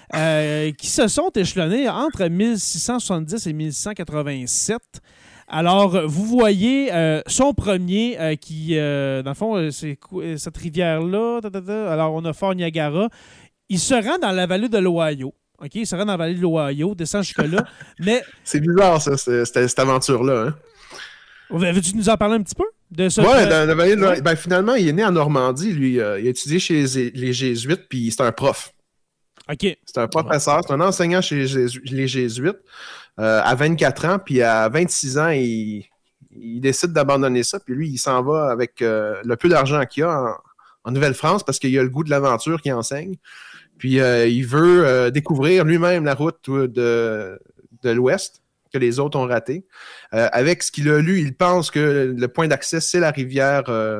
qui se sont échelonnées entre 1670 et 1687. Alors, vous voyez son premier qui, dans le fond, c'est cette rivière-là. Alors, on a Fort Niagara. Il se rend dans la vallée de l'Ohio. OK? Il se rend dans la vallée de l'Ohio, descend jusque-là. Mais... C'est bizarre, ça, cette aventure-là. Hein? Veux-tu nous en parler un petit peu? Oui, dans la vallée de l'Ohio. Ben, finalement, il est né en Normandie, lui. Il a étudié chez les Jésuites, puis c'est un prof. OK. C'est un professeur, c'est un enseignant chez les Jésuites. À 24 ans, puis à 26 ans, il décide d'abandonner ça, puis lui, il s'en va avec le peu d'argent qu'il a en Nouvelle-France parce qu'il a le goût de l'aventure qu'il enseigne. Puis il veut découvrir lui-même la route de l'Ouest que les autres ont raté. Avec ce qu'il a lu, il pense que le point d'accès, c'est la rivière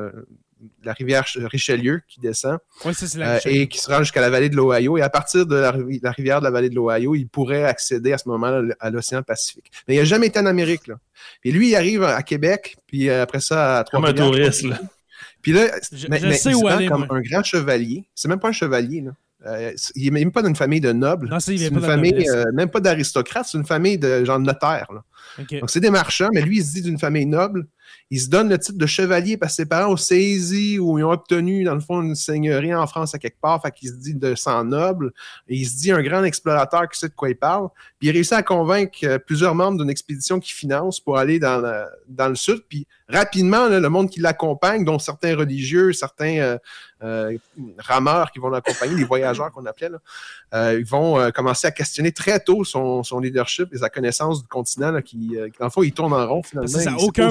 Richelieu qui descend et qui se rend jusqu'à la vallée de l'Ohio. Et à partir de la rivière de la vallée de l'Ohio, il pourrait accéder à ce moment-là à l'océan Pacifique. Mais il n'a jamais été en Amérique. Là. Puis lui, il arrive à Québec, puis après ça à Trois-Rivières. Comme un touriste. Là. Puis là, je sais où aller, comme un grand chevalier. C'est même pas un chevalier. Là. Il n'est même pas d'une famille de nobles. Non, c'est une famille, même pas d'aristocrates, c'est une famille de genre de notaires. Là. Okay. Donc, c'est des marchands, mais lui, il se dit d'une famille noble. Il se donne le titre de chevalier parce que ses parents ont saisi ou ils ont obtenu, dans le fond, une seigneurie en France à quelque part. Fait qu'il se dit de sang noble. Et il se dit un grand explorateur qui sait de quoi il parle. Puis il réussit à convaincre plusieurs membres d'une expédition qu'il finance pour aller dans le sud. Puis rapidement, là, le monde qui l'accompagne, dont certains religieux, certains rameurs qui vont l'accompagner, les voyageurs qu'on appelait, là, ils vont commencer à questionner très tôt son leadership et sa connaissance du continent là, qui dans le fond, il tourne en rond finalement. Ça n'a aucun bon sens.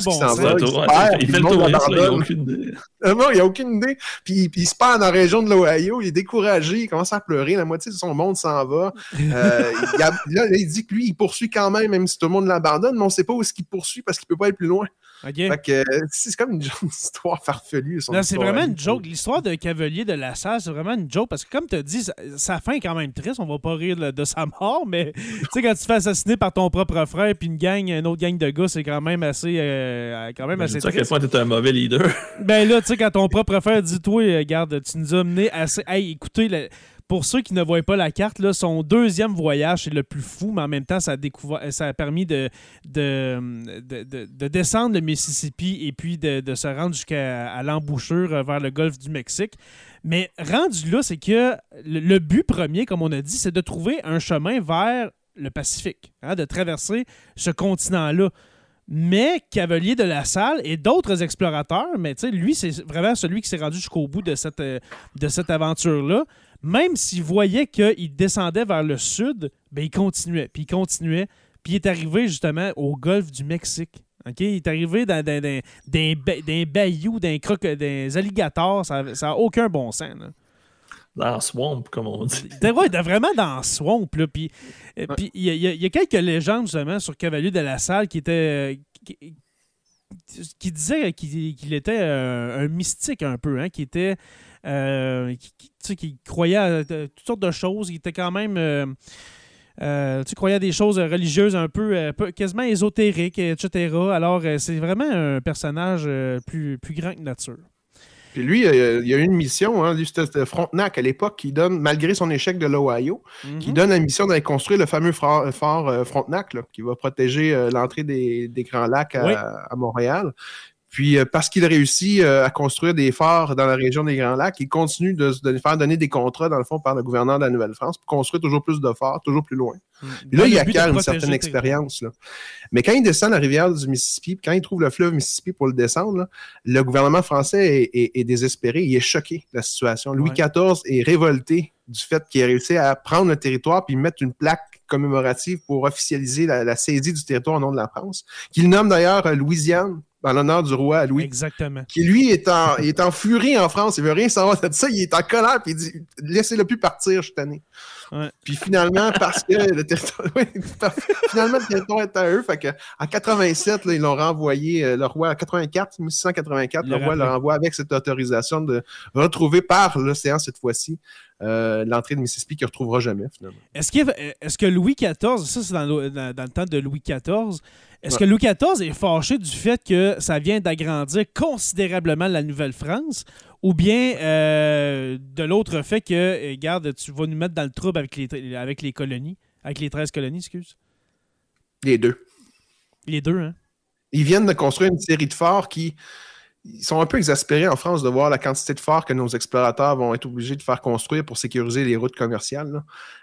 ça. Il fait le tour, il n'a aucune idée. Non, il n'a aucune idée. Puis il se perd dans la région de l'Ohio, il est découragé, il commence à pleurer, la moitié de son monde s'en va. Là, il dit que lui, il poursuit quand même si tout le monde l'abandonne, mais on ne sait pas où est-ce qu'il poursuit parce qu'il ne peut pas aller plus loin. Okay. Fait que c'est comme une histoire farfelue. Non, c'est vraiment une joke. L'histoire de Cavalier de la Salle, c'est vraiment une joke parce que, comme tu as dit, sa fin est quand même triste. On va pas rire de sa mort, mais tu sais, quand tu te fais assassiner par ton propre frère puis une autre gang de gars, c'est quand même assez, triste. À quel point tu es un mauvais leader. Ben là, tu sais, quand ton propre frère dit, toi, regarde, tu nous as menés assez. Hey, écoutez, pour ceux qui ne voient pas la carte, là, son deuxième voyage, c'est le plus fou, mais en même temps, ça a permis de descendre le Mississippi et puis de se rendre jusqu'à l'embouchure vers le golfe du Mexique. Mais rendu là, c'est que le but premier, comme on a dit, c'est de trouver un chemin vers le Pacifique, de traverser ce continent-là. Mais Cavalier de la Salle et d'autres explorateurs, mais lui, c'est vraiment celui qui s'est rendu jusqu'au bout de cette aventure-là. Même s'il voyait qu'il descendait vers le sud, ben il continuait, puis il est arrivé justement au golfe du Mexique. Okay? Il est arrivé dans des bayous, des alligators, ça n'a aucun bon sens. Là. Dans swamp, comme on dit. Ouais, vraiment dans swamp. Là. Puis il y a quelques légendes justement sur Cavalier de la Salle qui disaient qu'il était un mystique un peu, hein, qui était qui croyait à toutes sortes de choses. Il était quand même croyait à des choses religieuses un peu quasiment ésotériques, etc. Alors, c'est vraiment un personnage plus grand que nature. Puis lui, il y a eu une mission, lui, c'était Frontenac à l'époque, qui donne, malgré son échec de l'Ohio, qui donne la mission d'aller construire le fameux fort Frontenac, là, qui va protéger l'entrée des Grands Lacs à Montréal. Puis, parce qu'il a réussi à construire des forts dans la région des Grands Lacs, il continue de faire donner des contrats, dans le fond, par le gouverneur de la Nouvelle-France pour construire toujours plus de forts, toujours plus loin. Puis là, il acquiert une certaine expérience. Là. Mais quand il descend la rivière du Mississippi, quand il trouve le fleuve Mississippi pour le descendre, là, le gouvernement français est désespéré, il est choqué de la situation. Louis XIV est révolté du fait qu'il a réussi à prendre le territoire puis mettre une plaque commémorative pour officialiser la saisie du territoire au nom de la France, qu'il nomme d'ailleurs Louisiane, en l'honneur du roi Louis. Exactement. Qui, lui, est en furie en France. Il veut rien savoir de ça. Il est en colère. Puis il dit « Laissez-le plus partir, je suis tanné. » Puis finalement, parce que le territoire... finalement, le territoire est à eux. Fait qu'en 87, là, ils l'ont renvoyé, le roi, en 1684, le roi le renvoie avec cette autorisation de retrouver par l'océan cette fois-ci l'entrée de Mississippi qu'il ne retrouvera jamais, finalement. Est-ce que Louis XIV, ça c'est dans le temps de Louis XIV, est-ce que Louis XIV est fâché du fait que ça vient d'agrandir considérablement la Nouvelle-France ou bien de l'autre fait que, regarde, tu vas nous mettre dans le trouble avec les colonies, avec les 13 colonies, excuse? Les deux. Les deux, hein? Ils viennent de construire une série de forts qui... Ils sont un peu exaspérés en France de voir la quantité de forts que nos explorateurs vont être obligés de faire construire pour sécuriser les routes commerciales.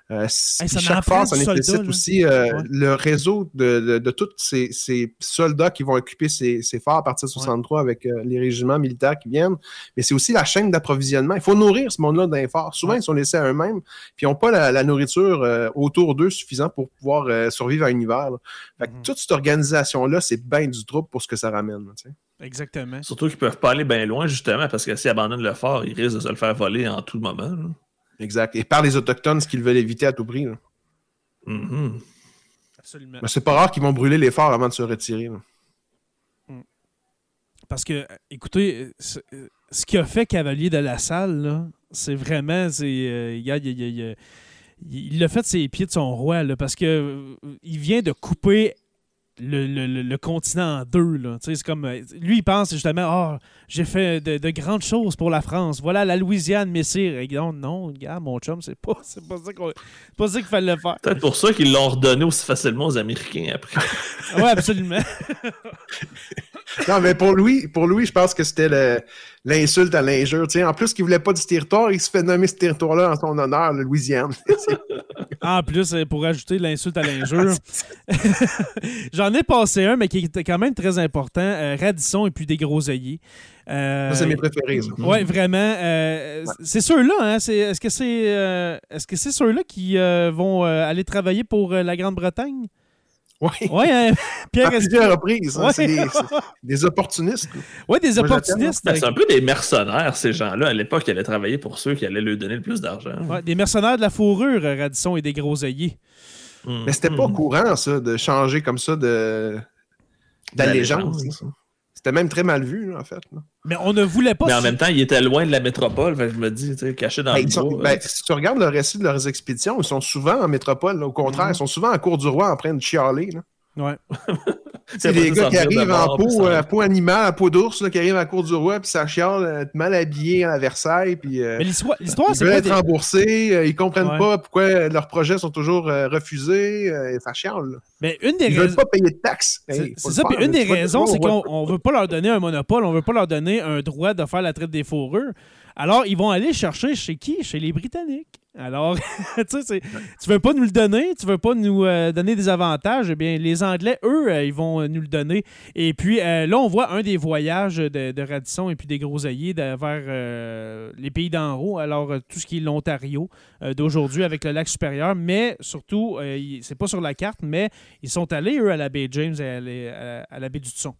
Chaque fort, ça nécessite aussi le réseau de tous ces soldats qui vont occuper ces forts à partir de 63 avec les régiments militaires qui viennent. Mais c'est aussi la chaîne d'approvisionnement. Il faut nourrir ce monde-là d'un fort. Souvent, ils sont laissés à eux-mêmes puis ils n'ont pas la nourriture autour d'eux suffisante pour pouvoir survivre à un hiver. Fait que toute cette organisation-là, c'est bien du trouble pour ce que ça ramène. T'sais. Exactement. Surtout qu'ils ne peuvent pas aller bien loin, justement, parce que s'ils abandonnent le fort, ils risquent de se le faire voler en tout moment. Là. Exact. Et par les Autochtones, ce qu'ils veulent éviter à tout prix. Là. Absolument. Mais c'est pas rare qu'ils vont brûler les forts avant de se retirer. Là. Parce que, écoutez, ce qu'a fait Cavalier de la Salle, là, c'est vraiment... il l'a fait de ses pieds de son roi, là, parce que il vient de couper le continent en deux. Là. C'est comme, lui, il pense justement, j'ai fait de grandes choses pour la France. Voilà, la Louisiane, messire. Et non, gars, mon chum, c'est pas ça qu'il fallait le faire. Peut-être pour ça qu'ils l'ont redonné aussi facilement aux Américains après. Oui, absolument. Non, mais pour lui, je pense que c'était l'insulte à l'injure. En plus qu'il voulait pas du territoire, il se fait nommer ce territoire-là en son honneur, la Louisiane. En plus, pour ajouter l'insulte à l'injure, j'en ai passé un, mais qui était quand même très important, Radisson et puis des Groseilliers. Ça, c'est mes préférés. Oui, vraiment. C'est ceux-là, hein? Est-ce que c'est ceux-là qui vont aller travailler pour la Grande-Bretagne? Oui, Pierre à plusieurs reprises. Ouais. C'est des opportunistes. Oui, des opportunistes. C'est un peu des mercenaires, ces gens-là. À l'époque, ils allaient travailler pour ceux qui allaient lui donner le plus d'argent. Ouais, des mercenaires de la fourrure, Radisson et des groseilliers. Mais c'était pas courant, ça, de changer comme ça d'allégeance. C'était même très mal vu, là, en fait. Là. Mais on ne voulait pas... Mais en même temps, ils étaient loin de la métropole. Fait que je me dis, tu sais, cachés dans le bois. Si tu regardes le récit de leurs expéditions, ils sont souvent en métropole. Là. Au contraire, ils sont souvent à Cour du Roi en train de chialer. Là. Ouais. C'est des gars qui arrivent en peau animale, en peau d'ours, qui arrivent à la Cour du Roi, puis ça chiale, être mal habillés à Versailles. Puis, mais l'histoire, ils c'est veulent pas être remboursés, ils comprennent pas pourquoi leurs projets sont toujours refusés, ça chiale. Mais une des ils veulent pas payer de taxes. C'est ça, puis une des raisons, c'est qu'on veut pas leur donner un monopole, on veut pas leur donner un droit de faire la traite des fourrures. Alors, ils vont aller chercher chez qui? Chez les Britanniques. Alors, tu sais, tu veux pas nous le donner, tu veux pas nous donner des avantages, eh bien, les Anglais, eux, ils vont nous le donner. Et puis, là, on voit un des voyages de Radisson et puis des Groseilliers vers les pays d'en haut, alors tout ce qui est l'Ontario d'aujourd'hui avec le lac supérieur, mais surtout, c'est pas sur la carte, mais ils sont allés, eux, à la baie James et à la baie du Thon.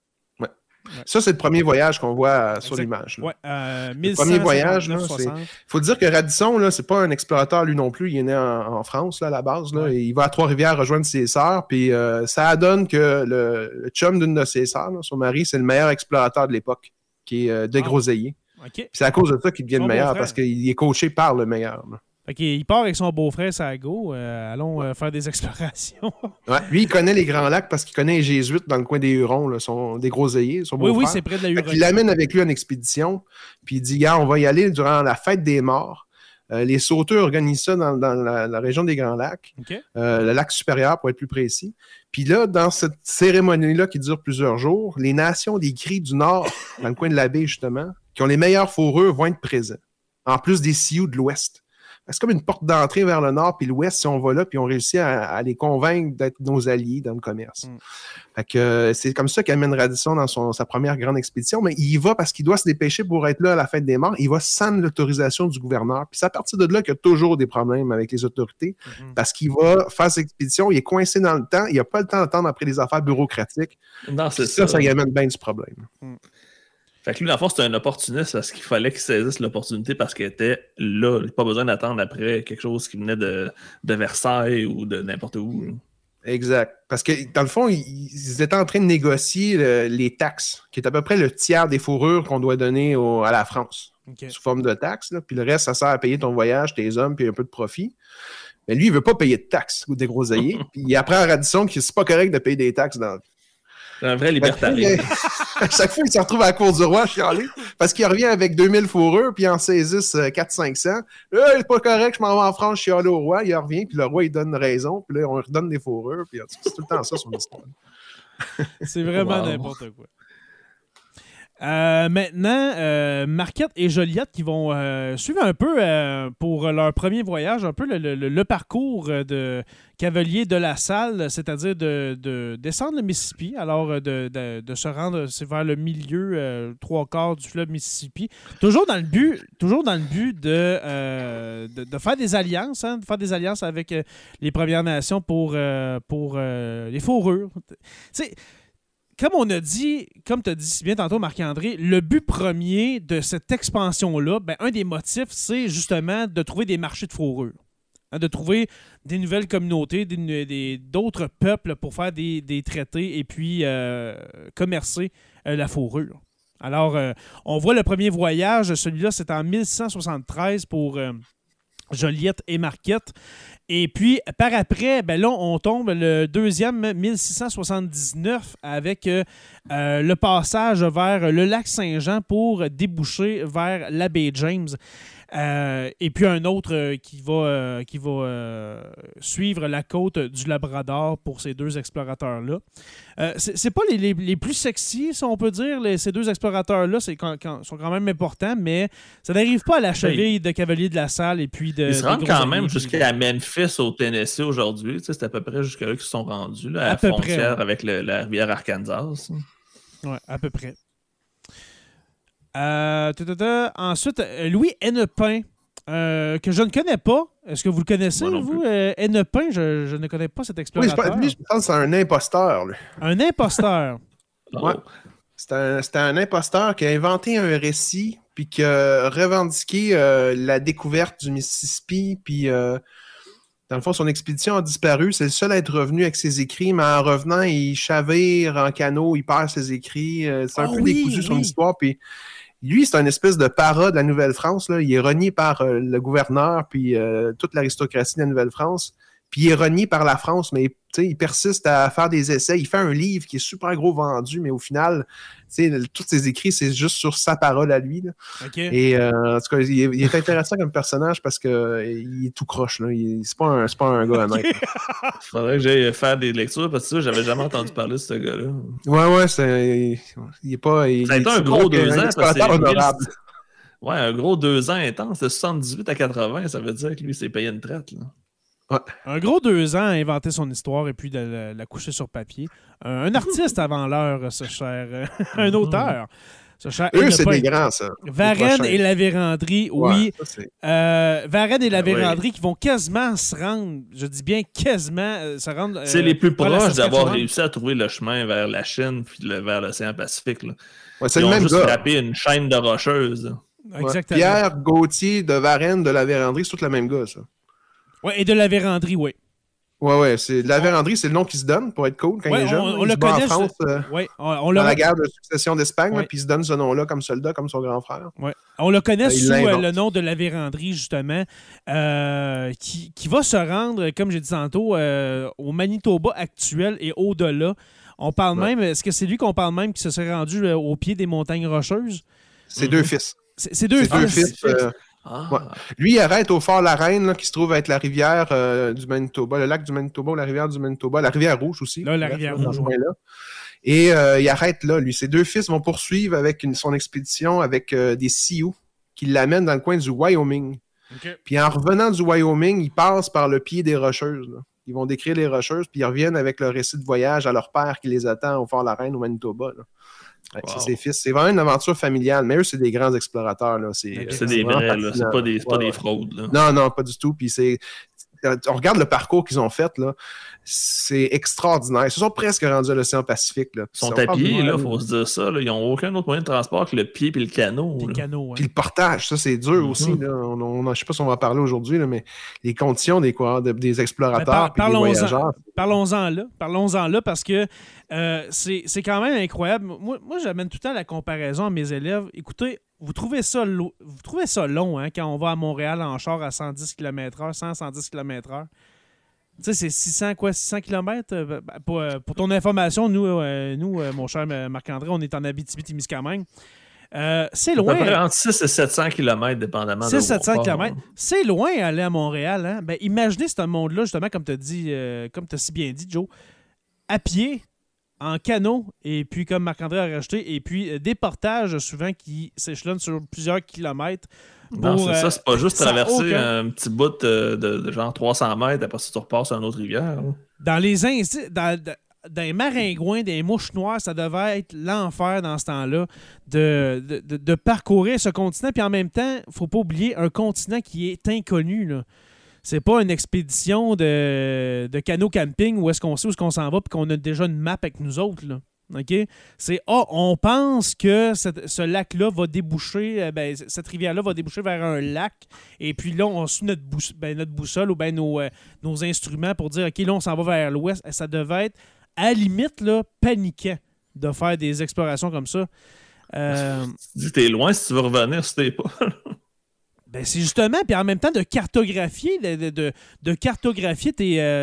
Ouais. Ça, c'est le premier voyage qu'on voit sur l'image. Ouais, le premier voyage, il faut dire que Radisson, là, c'est pas un explorateur lui non plus. Il est né en France là, à la base. Là, et il va à Trois-Rivières rejoindre ses sœurs. Puis ça donne que le chum d'une de ses sœurs, son mari, c'est le meilleur explorateur de l'époque, qui est de Groseilliers. Okay. C'est à cause de ça qu'il devient le meilleur, parce qu'il est coaché par le meilleur. Là. Il part avec son beau-frère Sago. Allons faire des explorations. Ouais, lui, il connaît les Grands Lacs parce qu'il connaît les Jésuites dans le coin des Hurons, là, des Groseilliers, son beau-frère. Oui, c'est près de la Huron. Il l'amène avec lui en expédition, puis il dit, gars, on va y aller durant la fête des morts. Les sauteurs organisent ça dans la région des Grands Lacs, le lac supérieur pour être plus précis. Puis là, dans cette cérémonie-là qui dure plusieurs jours, les nations des Cris du Nord, dans le coin de la baie justement, qui ont les meilleures fourrures, vont être présents. En plus des Sioux de l'Ouest. C'est comme une porte d'entrée vers le nord puis l'ouest si on va là, puis on réussit à les convaincre d'être nos alliés dans le commerce. Fait que c'est comme ça qu'amène Radisson dans sa première grande expédition, mais il y va parce qu'il doit se dépêcher pour être là à la fête des morts. Il va sans l'autorisation du gouverneur. Puis c'est à partir de là qu'il y a toujours des problèmes avec les autorités, parce qu'il va faire cette expédition, il est coincé dans le temps, il n'a pas le temps d'attendre après les affaires bureaucratiques. Non, c'est ça. Ça y amène bien du problème. Fait que lui, dans le fond, c'était un opportuniste parce qu'il fallait qu'il saisisse l'opportunité parce qu'elle était là. Il n'y a pas besoin d'attendre après quelque chose qui venait de Versailles ou de n'importe où. Là. Exact. Parce que, dans le fond, ils étaient en train de négocier les taxes, qui est à peu près le tiers des fourrures qu'on doit donner à la France, sous forme de taxes. Là. Puis le reste, ça sert à payer ton voyage, tes hommes, puis un peu de profit. Mais lui, il ne veut pas payer de taxes ou des groseilliers. Puis il apprend à Radisson que c'est pas correct de payer des taxes dans C'est un vrai libertarien. À chaque fois, il se retrouve à la Cour du Roi chialé parce qu'il revient avec 2000 fourrures puis il en saisisse 400-500. C'est pas correct, je m'en vais en France chialer au roi. Il revient puis le roi, il donne raison. Puis là, on redonne des fourrures. Puis c'est tout le temps ça, son histoire. C'est vraiment n'importe quoi. Maintenant, Marquette et Joliette qui vont suivre un peu pour leur premier voyage, un peu le parcours de Cavelier de la Salle, c'est-à-dire de descendre le Mississippi, alors de se rendre vers le milieu, 3/4 du fleuve Mississippi, toujours dans le but de faire des alliances, de faire des alliances avec les Premières Nations pour les fourrures. Tu sais, comme tu as dit si bien tantôt, Marc-André, le but premier de cette expansion-là, un des motifs, c'est justement de trouver des marchés de fourrure. De trouver des nouvelles communautés, d'autres peuples pour faire des traités et puis commercer la fourrure. Alors, on voit le premier voyage, celui-là, c'est en 1173 pour Joliette et Marquette. Et puis, par après, là, on tombe le deuxième, 1679, avec le passage vers le lac Saint-Jean pour déboucher vers la baie James. Et puis un autre qui va suivre la côte du Labrador pour ces deux explorateurs-là. C'est pas les plus sexy, si on peut dire, ces deux explorateurs-là sont quand même importants, mais ça n'arrive pas à la cheville de Cavalier de la Salle et puis de... Ils se rendent quand même jusqu'à Memphis au Tennessee aujourd'hui. Tu sais, c'est à peu près jusqu'à là qu'ils sont rendus, là, à la frontière avec la rivière Arkansas. Oui, à peu près. Ensuite, Louis Hennepin, que je ne connais pas, Est-ce que vous le connaissez, vous? Hennepin, je ne connais pas cet explorateur. Oui, je pense que c'est un imposteur. Là. Un imposteur? Ouais. C'était un imposteur qui a inventé un récit puis qui a revendiqué la découverte du Mississippi. Puis, dans le fond, son expédition a disparu. C'est le seul à être revenu avec ses écrits, mais en revenant, il chavire en canot, il perd ses écrits. C'est un peu décousu son histoire. Puis, lui, c'est une espèce de para de la Nouvelle-France. Là. Il est renié par le gouverneur puis toute l'aristocratie de la Nouvelle-France. Puis il est renié par la France, mais il persiste à faire des essais. Il fait un livre qui est super gros vendu, mais au final, tous ses écrits, c'est juste sur sa parole à lui. Là. Okay. Et en tout cas, il est intéressant comme personnage parce qu'il est tout croche. Là. C'est pas un gars honnête. Il faudrait que j'aille faire des lectures parce que j'avais jamais entendu parler de ce gars-là. Ouais, il est pas... Ça a été un gros 2 ans. Parce que honorable. Ouais, un gros 2 ans intense, de 78 à 80, ça veut dire que lui, s'est payé une traite. Là. Ouais. Un gros 2 ans à inventer son histoire et puis de la coucher sur papier. Un artiste avant l'heure, ce cher. Un auteur. Ce cher c'est des grands, ça. Varenne et la Vérandrie, oui. Ouais, Varenne et la Vérandrie qui vont quasiment se rendre, je dis bien quasiment, se rendre. C'est les plus proches d'avoir réussi à trouver le chemin vers la Chine puis vers l'océan Pacifique. Là. Ouais, c'est Ils le ont même juste gars. frappé une chaîne de rocheuses. Exactement. Pierre Gauthier de Varenne de la Vérandrie, c'est tout le même gars, ça. Oui, et de la Vérandrie, oui. Ouais, c'est de la Vérandrie, c'est le nom qui se donne pour être cool quand il est jeune. On le connaît. En France, on dans la guerre de succession d'Espagne, ouais. Puis il se donne ce nom-là comme soldat, comme son grand frère. Ouais. On le connaît sous le nom de la Vérandrie, justement, qui va se rendre, comme j'ai dit tantôt, au Manitoba actuel et au-delà. On parle même, est-ce que c'est lui qu'on parle même qui se serait rendu au pied des montagnes rocheuses? C'est deux fils. C'est deux fils. Ouais. Lui, il arrête au Fort La Reine, là, qui se trouve être la rivière du Manitoba, le lac du Manitoba ou la rivière du Manitoba, la rivière Rouge aussi. Là, la rivière Rouge. Là. Et il arrête là, lui. Ses deux fils vont poursuivre avec son expédition avec des Sioux qui l'amènent dans le coin du Wyoming. Okay. Puis en revenant du Wyoming, ils passent par le pied des Rocheuses. Là. Ils vont décrire les Rocheuses, puis ils reviennent avec le récit de voyage à leur père qui les attend au Fort La Reine au Manitoba. Là. Wow. C'est ses fils. C'est vraiment une aventure familiale, mais eux, c'est des grands explorateurs. Là. C'est des vrais, là. C'est pas des fraudes. Là. Non, pas du tout. Puis on regarde le parcours qu'ils ont fait, là. C'est extraordinaire. Ils se sont presque rendus à l'océan Pacifique. Là. Ils sont à pied, il faut se dire ça. Là. Ils n'ont aucun autre moyen de transport que le pied et le canot. Puis le portage, ça, c'est dur aussi. Là. Je ne sais pas si on va en parler aujourd'hui, là, mais les conditions des explorateurs et des voyageurs. Parlons-en là, parce que c'est quand même incroyable. Moi, j'amène tout le temps la comparaison à mes élèves. Écoutez, vous trouvez ça long hein, quand on va à Montréal en char à 110 km/h, 110 km/h. Tu sais, c'est 600 km? Pour ton information, nous, mon cher Marc-André, on est en Abitibi-Témiscamingue. C'est loin. À peu près entre 6 et 700 km, dépendamment de 600-700 km. C'est loin aller à Montréal. Hein? Ben, imaginez ce monde-là, justement, comme tu as si bien dit, Joe, à pied, en canot, et puis, comme Marc-André a rajouté, et puis des portages, souvent, qui s'échelonnent sur plusieurs kilomètres. Non, c'est ça, c'est pas juste traverser un petit bout de genre 300 mètres, après ça, tu repasses sur une autre rivière. Hein. Dans les maringouins, des mouches noires, ça devait être l'enfer dans ce temps-là de parcourir ce continent. Puis en même temps, il ne faut pas oublier un continent qui est inconnu. Là. C'est pas une expédition de canot camping où est-ce qu'on sait où est-ce qu'on s'en va puis qu'on a déjà une map avec nous autres. Là. Okay? C'est on pense que ce lac-là va déboucher, cette rivière-là va déboucher vers un lac, et puis là, on suit notre boussole ou bien nos instruments pour dire OK, là, on s'en va vers l'ouest. Ça devait être à la limite là, paniquant de faire des explorations comme ça. Tu dis t'es loin si tu veux revenir, si t'es pas. Ben c'est justement, puis en même temps, de cartographier, de cartographier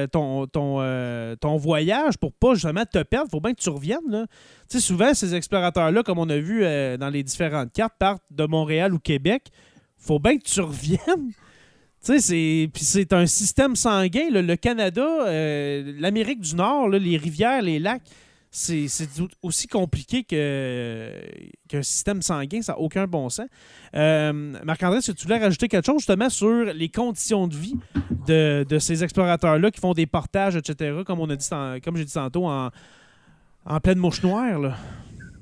ton voyage pour pas justement te perdre. Il faut bien que tu reviennes. Là. Tu sais, souvent, ces explorateurs-là, comme on a vu dans les différentes cartes, partent de Montréal ou Québec. Il faut bien que tu reviennes. Tu sais, c'est un système sanguin. Là. Le Canada, l'Amérique du Nord, là, les rivières, les lacs, c'est aussi compliqué qu'un système sanguin, ça n'a aucun bon sens. Marc-André, est-ce que tu voulais rajouter quelque chose justement sur les conditions de vie de ces explorateurs-là qui font des portages, etc., comme j'ai dit tantôt, en pleine mouche noire? Là.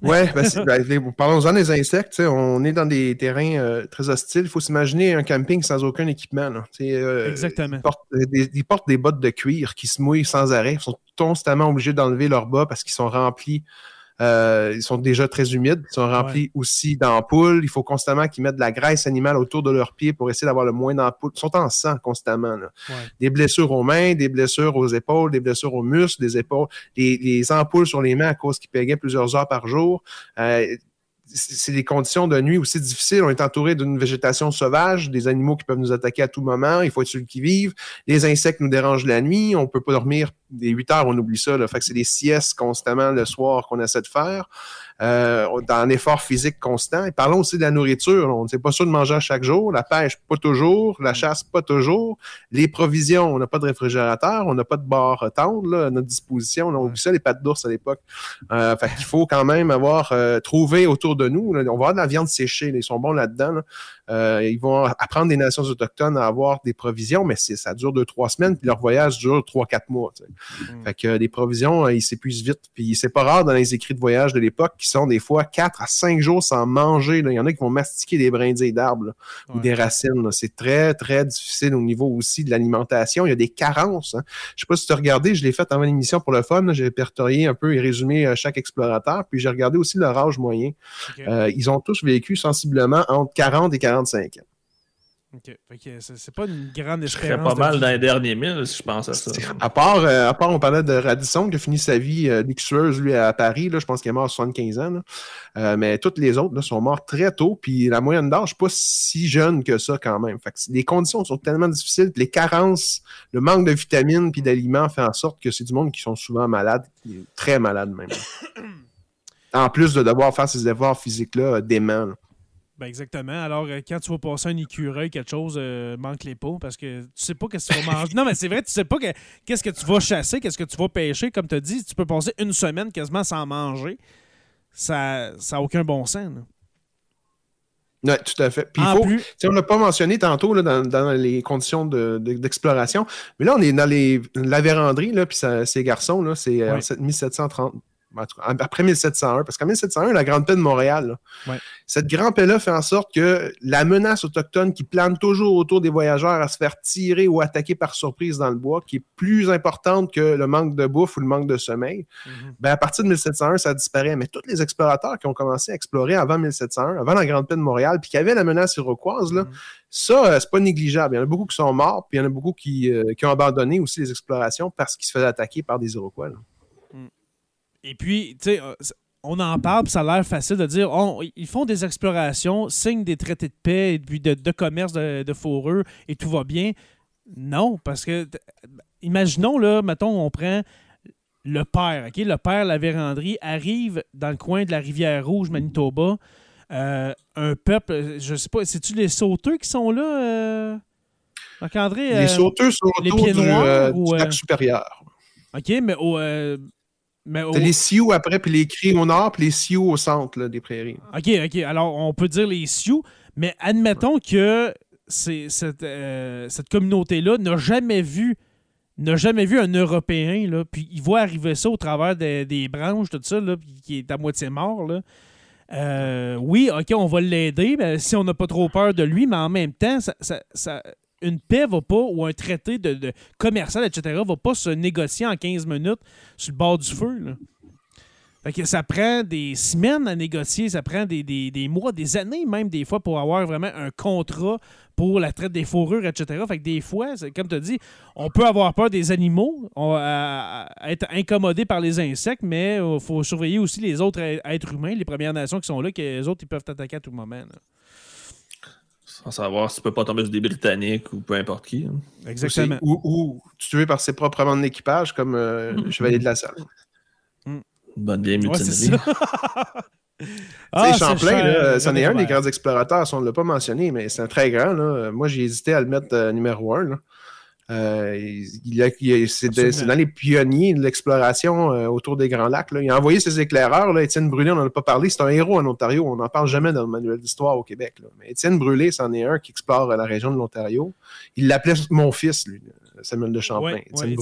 Ouais, parlons-en des insectes. On est dans des terrains très hostiles. Il faut s'imaginer un camping sans aucun équipement. Là. Exactement. Ils portent des bottes de cuir qui se mouillent sans arrêt. Ils sont constamment obligés d'enlever leurs bas parce qu'ils sont remplis. Ils sont déjà très humides. Ils sont remplis aussi d'ampoules. Il faut constamment qu'ils mettent de la graisse animale autour de leurs pieds pour essayer d'avoir le moins d'ampoules. Ils sont en sang constamment. Là. Ouais. Des blessures aux mains, des blessures aux épaules, des blessures aux muscles, des épaules, les ampoules sur les mains à cause qu'ils péguaient plusieurs heures par jour. C'est des conditions de nuit aussi difficiles. On est entouré d'une végétation sauvage, des animaux qui peuvent nous attaquer à tout moment. Il faut être sur le qui-vive. Les insectes nous dérangent la nuit. On ne peut pas dormir des 8 heures, on oublie ça. Là. Fait que c'est des siestes constamment le soir qu'on essaie de faire. Dans un effort physique constant. Et parlons aussi de la nourriture. On n'est pas sûr de manger à chaque jour. La pêche, pas toujours. La chasse, pas toujours. Les provisions, on n'a pas de réfrigérateur. On n'a pas de bar tendre là, à notre disposition. On a oublié ça, les pâtes d'ours à l'époque. Fait qu'il faut quand même avoir trouvé autour de nous. Là, on va avoir de la viande séchée. Là, ils sont bons là-dedans. Là. Ils vont apprendre des nations autochtones à avoir des provisions, mais ça dure 2-3 semaines, puis leur voyage dure 3-4 mois. Fait que les provisions, ils s'épuisent vite. Puis c'est pas rare dans les écrits de voyage de l'époque qui sont des fois 4 à 5 jours sans manger. Là. Il y en a qui vont mastiquer des brindilles d'arbres ou des racines. Là. C'est très, très difficile au niveau aussi de l'alimentation. Il y a des carences. Hein. Je sais pas si tu as regardé, je l'ai fait avant l'émission pour le fun. Là. J'ai répertorié un peu et résumé chaque explorateur. Puis j'ai regardé aussi leur âge moyen. Okay. Ils ont tous vécu sensiblement entre 40 et 45 ans. OK. Fait que c'est pas une grande espérance. Je serais pas mal dans les derniers 1000 si je pense à ça. À part, on parlait de Radisson qui a fini sa vie luxueuse, lui, à Paris. Là, je pense qu'il est mort à 75 ans. Mais toutes les autres là, sont morts très tôt. Puis la moyenne d'âge, pas si jeune que ça quand même. Fait que les conditions sont tellement difficiles. Les carences, le manque de vitamines puis d'aliments fait en sorte que c'est du monde qui sont souvent malades, très malades même. En plus de devoir faire ces efforts physiques-là déments. Là. Ben exactement. Alors, quand tu vas passer un écureuil, quelque chose, manque-les pas parce que tu sais pas qu'est-ce que tu vas manger. Non, mais c'est vrai, tu sais pas qu'est-ce que tu vas chasser, qu'est-ce que tu vas pêcher. Comme tu as dit, tu peux passer une semaine quasiment sans manger. Ça n'a aucun bon sens. Oui, tout à fait. Puis on l'a pas mentionné tantôt là, dans les conditions d'exploration, mais là, on est dans la vérandrie, là, puis ces garçons, là, c'est en 1730. Après 1701, parce qu'en 1701, la Grande Paix de Montréal, cette Grande Paix-là fait en sorte que la menace autochtone qui plane toujours autour des voyageurs à se faire tirer ou attaquer par surprise dans le bois, qui est plus importante que le manque de bouffe ou le manque de sommeil, ben à partir de 1701, ça disparaît. Mais tous les explorateurs qui ont commencé à explorer avant 1701, avant la Grande Paix de Montréal, puis qui avaient la menace iroquoise, là, ça, c'est pas négligeable. Il y en a beaucoup qui sont morts, puis il y en a beaucoup qui ont abandonné aussi les explorations parce qu'ils se faisaient attaquer par des Iroquois. Là. Et puis, tu sais, on en parle, puis ça a l'air facile de dire ils font des explorations, signent des traités de paix et puis de commerce de fourrure et tout va bien. Non, parce que, imaginons, là, mettons, on prend le père, OK? Le père, la vérandrie, arrive dans le coin de la Rivière-Rouge, Manitoba. Un peuple, je sais pas, c'est-tu les sauteux qui sont là, Marc-André? Les sauteux sont autour du lac supérieur. OK, mais t'as les Sioux après, puis les Cris au nord, puis les Sioux au centre là, des prairies. OK. Alors, on peut dire les Sioux, mais admettons que cette communauté-là n'a jamais vu un Européen, là, puis il voit arriver ça au travers des branches, tout ça, là, puis qui est à moitié mort. Là. Oui, OK, on va l'aider si on n'a pas trop peur de lui, mais en même temps, une paix va pas, ou un traité de commercial, etc., va pas se négocier en 15 minutes sur le bord du feu. Là. Fait que ça prend des semaines à négocier, ça prend des mois, des années même des fois pour avoir vraiment un contrat pour la traite des fourrures, etc. Fait que des fois, comme tu as dit, on peut avoir peur des animaux, être incommodé par les insectes, mais il faut surveiller aussi les autres êtres humains, les Premières Nations qui sont là, que les autres ils peuvent t'attaquer à tout moment. Là. Sans savoir si tu peux pas tomber sur des Britanniques ou peu importe qui. Hein. Exactement. Ou tué par ses propres membres d'équipage, comme le Chevalier de la Salle. Bonne vieille mutinerie. Champlain, c'en est un des grands explorateurs, si on ne l'a pas mentionné, mais c'est un très grand. Là. Moi, j'ai hésité à le mettre numéro 1. Là. C'est dans les pionniers de l'exploration autour des Grands Lacs. Là. Il a envoyé ses éclaireurs. Là. Étienne Brûlé, on n'en a pas parlé. C'est un héros en Ontario. On n'en parle jamais dans le manuel d'histoire au Québec. Là. Mais Étienne Brûlé, c'en est un qui explore la région de l'Ontario. Il l'appelait mon fils, lui. Samuel de Champlain.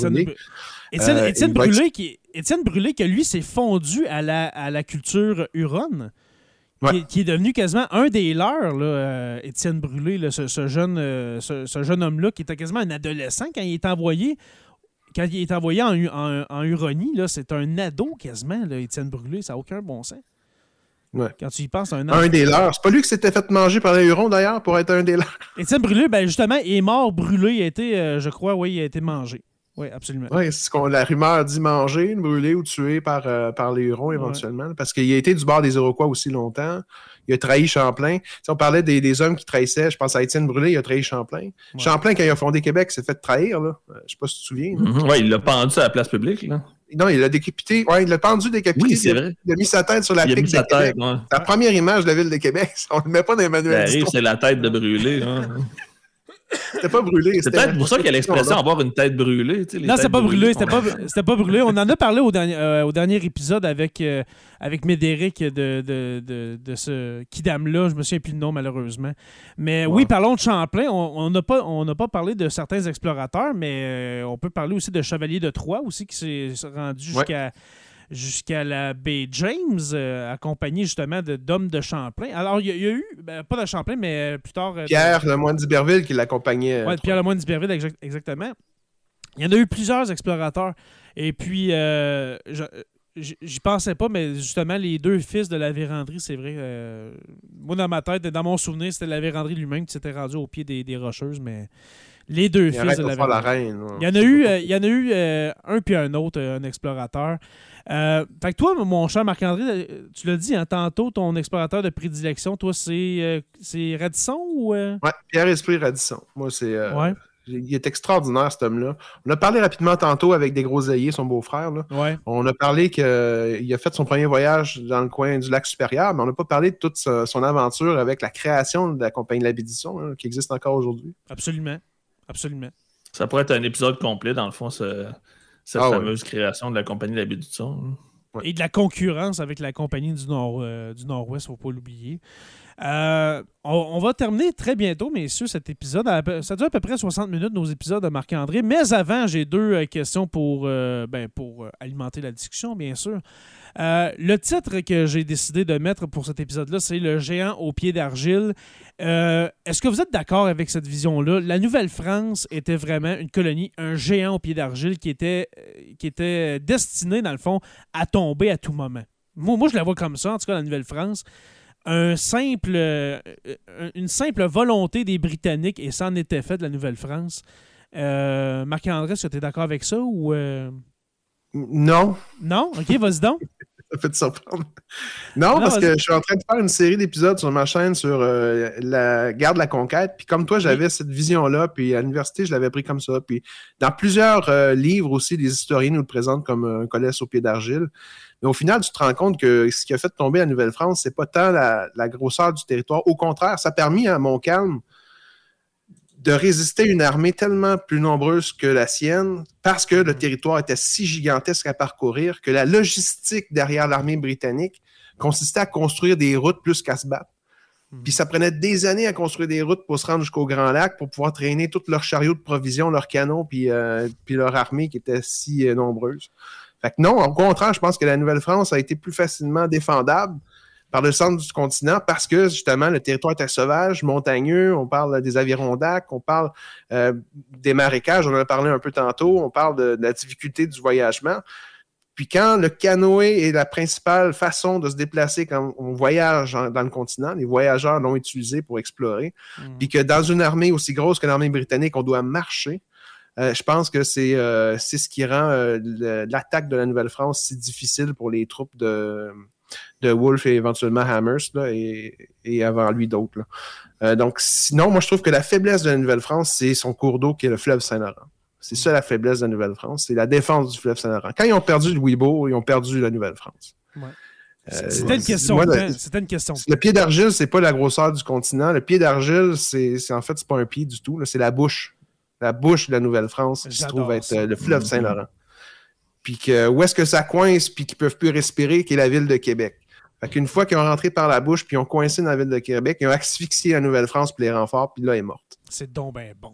Étienne Brûlé, qui lui s'est fondu à la culture huronne, qui est devenu quasiment un des leurs, là, Étienne Brûlé, là, ce jeune homme-là, qui était quasiment un adolescent quand il est envoyé. Quand il est envoyé en Huronie, là, c'est un ado quasiment, là, Étienne Brûlé, ça n'a aucun bon sens. Ouais. Quand tu y penses, un des leurs. C'est pas lui qui s'était fait manger par les Hurons, d'ailleurs, pour être un des leurs. Étienne Brûlé, ben justement, il est mort brûlé. Il a été, je crois, il a été mangé. Oui, absolument. Oui, c'est ce qu'on la rumeur dit manger, brûlé ou tué par les Hurons éventuellement. Parce qu'il a été du bord des Iroquois aussi longtemps. Il a trahi Champlain. Si on parlait des hommes qui trahissaient, je pense à Étienne Brûlé, il a trahi Champlain. Ouais. Champlain, quand il a fondé Québec, s'est fait trahir. Là. Je sais pas si tu te souviens. Oui, il l'a pendu à la place publique. Là. Non, il l'a décapité. Oui, il l'a pendu, décapité. Oui, c'est vrai. Il a mis sa tête sur la pique de Québec. Ouais. La première image de la ville de Québec. On ne le met pas dans les manuels d'histoire. C'est la tête de Brûlé. C'était pas brûlé. C'est peut-être pour ça qu'il y a l'expression avoir une tête brûlée. Non, c'était pas brûlé. C'était pas brûlé. On en a parlé au dernier épisode avec Médéric de ce Kidam-là. Je me souviens plus le nom, malheureusement. Mais oui, parlons de Champlain. On n'a pas parlé de certains explorateurs, mais on peut parler aussi de Chevalier de Troyes aussi, qui s'est rendu jusqu'à la baie James, accompagné justement d'hommes de Champlain. Alors, il y a eu, pas de Champlain, mais plus tard... Pierre Lemoine d'Iberville qui l'accompagnait. Oui, Pierre Lemoine d'Iberville, exactement. Il y en a eu plusieurs explorateurs. Et puis, j'y pensais pas, mais justement, les deux fils de la Vérendrye, c'est vrai. Moi, dans ma tête, dans mon souvenir, c'était la Vérendrye lui-même qui s'était rendu au pied des Rocheuses, mais... Les deux fils de la Vérendrye. Il y en a eu un puis un autre, un explorateur. Fait que toi, mon cher Marc-André, tu l'as dit tantôt, ton explorateur de prédilection, toi, c'est Radisson ou... Oui, Pierre-Esprit Radisson. Moi, c'est... Il est extraordinaire, cet homme-là. On a parlé rapidement tantôt avec des Groseilliers, son beau-frère. Là. Ouais. On a parlé qu'il a fait son premier voyage dans le coin du lac supérieur, mais on n'a pas parlé de toute son aventure avec la création de la Compagnie de l'Abédition, qui existe encore aujourd'hui. Absolument. Ça pourrait être un épisode complet, dans le fond, cette fameuse création de la Compagnie de l'Abédition. Ouais. Et de la concurrence avec la Compagnie du Nord-Ouest, il ne faut pas l'oublier. On va terminer très bientôt, messieurs, cet épisode. Ça dure à peu près 60 minutes, nos épisodes de Marc-André. Mais avant, j'ai deux questions pour alimenter la discussion, bien sûr. Le titre que j'ai décidé de mettre pour cet épisode-là, c'est « Le géant aux pieds d'argile ». Est-ce que vous êtes d'accord avec cette vision-là? La Nouvelle-France était vraiment une colonie, un géant aux pieds d'argile qui était destiné, dans le fond, à tomber à tout moment. Moi, je la vois comme ça, en tout cas, la Nouvelle-France. Une simple volonté des Britanniques, et ça en était fait de la Nouvelle-France. Marc-André, est-ce que tu es d'accord avec ça ou... Non. Non? OK, vas-y donc. Ça fait te surprendre. Non, parce que je suis en train de faire une série d'épisodes sur ma chaîne sur la guerre de la conquête. Puis comme toi, j'avais cette vision-là. Puis à l'université, je l'avais pris comme ça. Puis dans plusieurs livres aussi, les historiens nous le présentent comme un colosse aux pieds d'argile. Mais au final, tu te rends compte que ce qui a fait tomber la Nouvelle-France, c'est pas tant la grosseur du territoire. Au contraire, ça a permis à Montcalm de résister à une armée tellement plus nombreuse que la sienne parce que le territoire était si gigantesque à parcourir que la logistique derrière l'armée britannique consistait à construire des routes plus qu'à se battre. Puis ça prenait des années à construire des routes pour se rendre jusqu'au Grand Lac pour pouvoir traîner tous leurs chariots de provisions, leurs canons, puis leur armée qui était si nombreuse. Fait que non, au contraire, je pense que la Nouvelle-France a été plus facilement défendable par le centre du continent parce que, justement, le territoire était sauvage, montagneux, on parle des Adirondacks, on parle des marécages, on en a parlé un peu tantôt, on parle de la difficulté du voyagement. Puis quand le canoë est la principale façon de se déplacer quand on voyage dans le continent, les voyageurs l'ont utilisé pour explorer, puis que dans une armée aussi grosse que l'armée britannique, on doit marcher, je pense que c'est ce qui rend l'attaque de la Nouvelle-France si difficile pour les troupes de Wolfe et éventuellement Amherst là, et avant lui d'autres. Donc sinon, moi je trouve que la faiblesse de la Nouvelle-France, c'est son cours d'eau qui est le fleuve Saint-Laurent. C'est ça la faiblesse de la Nouvelle-France, c'est la défense du fleuve Saint-Laurent. Quand ils ont perdu Louisbourg, ils ont perdu la Nouvelle-France. Ouais. C'était une question. C'était une question. Le pied d'argile, c'est pas la grosseur du continent. Le pied d'argile, c'est pas un pied du tout. Là, c'est la bouche. La bouche de la Nouvelle-France qui se trouve être le fleuve Saint-Laurent. Puis où est-ce que ça coince puis qu'ils peuvent plus respirer, qui est la ville de Québec. Fait qu'une fois qu'ils ont rentré par la bouche puis ils ont coincé dans la ville de Québec, ils ont asphyxié la Nouvelle-France puis les renforts, puis là, elle est morte. C'est donc ben bon.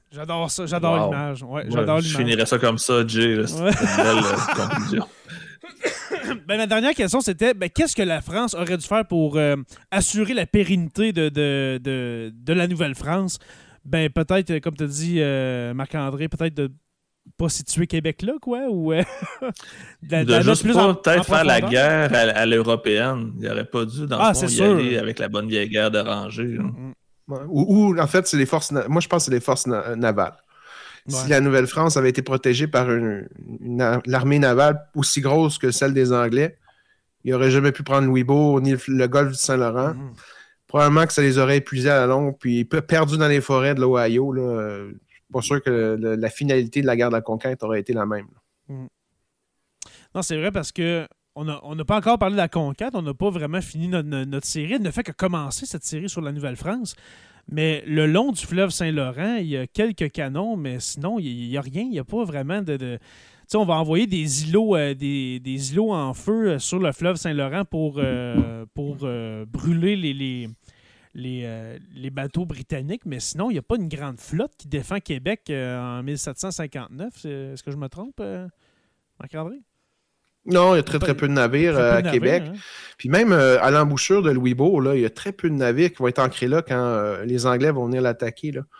J'adore ça, j'adore l'image. Ouais, j'adore l'image. Je finirais ça comme ça, Jay. C'est une belle conclusion. Ma dernière question, c'était qu'est-ce que la France aurait dû faire pour assurer la pérennité de la Nouvelle-France? Peut-être, comme tu as dit, Marc-André, peut-être de pas situer Québec là, quoi? Ou de juste peut-être faire la guerre à l'européenne. Il n'aurait pas dû, dans le fond, y aller avec la bonne vieille guerre de rangée. Ou en fait, c'est les forces... Moi, je pense que c'est les forces navales. Ouais. Si la Nouvelle-France avait été protégée par l'armée navale aussi grosse que celle des Anglais, ils n'auraient jamais pu prendre Louisbourg ni le golfe du Saint-Laurent. Probablement que ça les aurait épuisés à la longue, puis perdus dans les forêts de l'Ohio. Je ne suis pas sûr que la finalité de la guerre de la conquête aurait été la même. Non, c'est vrai parce que on n'a pas encore parlé de la conquête, on n'a pas vraiment fini notre série. Elle ne fait que commencer cette série sur la Nouvelle-France. Mais le long du fleuve Saint-Laurent, il y a quelques canons, mais sinon, il n'y a rien. Il n'y a pas vraiment de... Tu sais, on va envoyer des îlots en feu sur le fleuve Saint-Laurent pour brûler les bateaux britanniques, mais sinon, il n'y a pas une grande flotte qui défend Québec en 1759. Est-ce que je me trompe, Marc-André? Non, il y a très peu de navires à Québec. Hein? Puis même à l'embouchure de Louisbourg, là, il y a très peu de navires qui vont être ancrés là quand les Anglais vont venir l'attaquer. Là.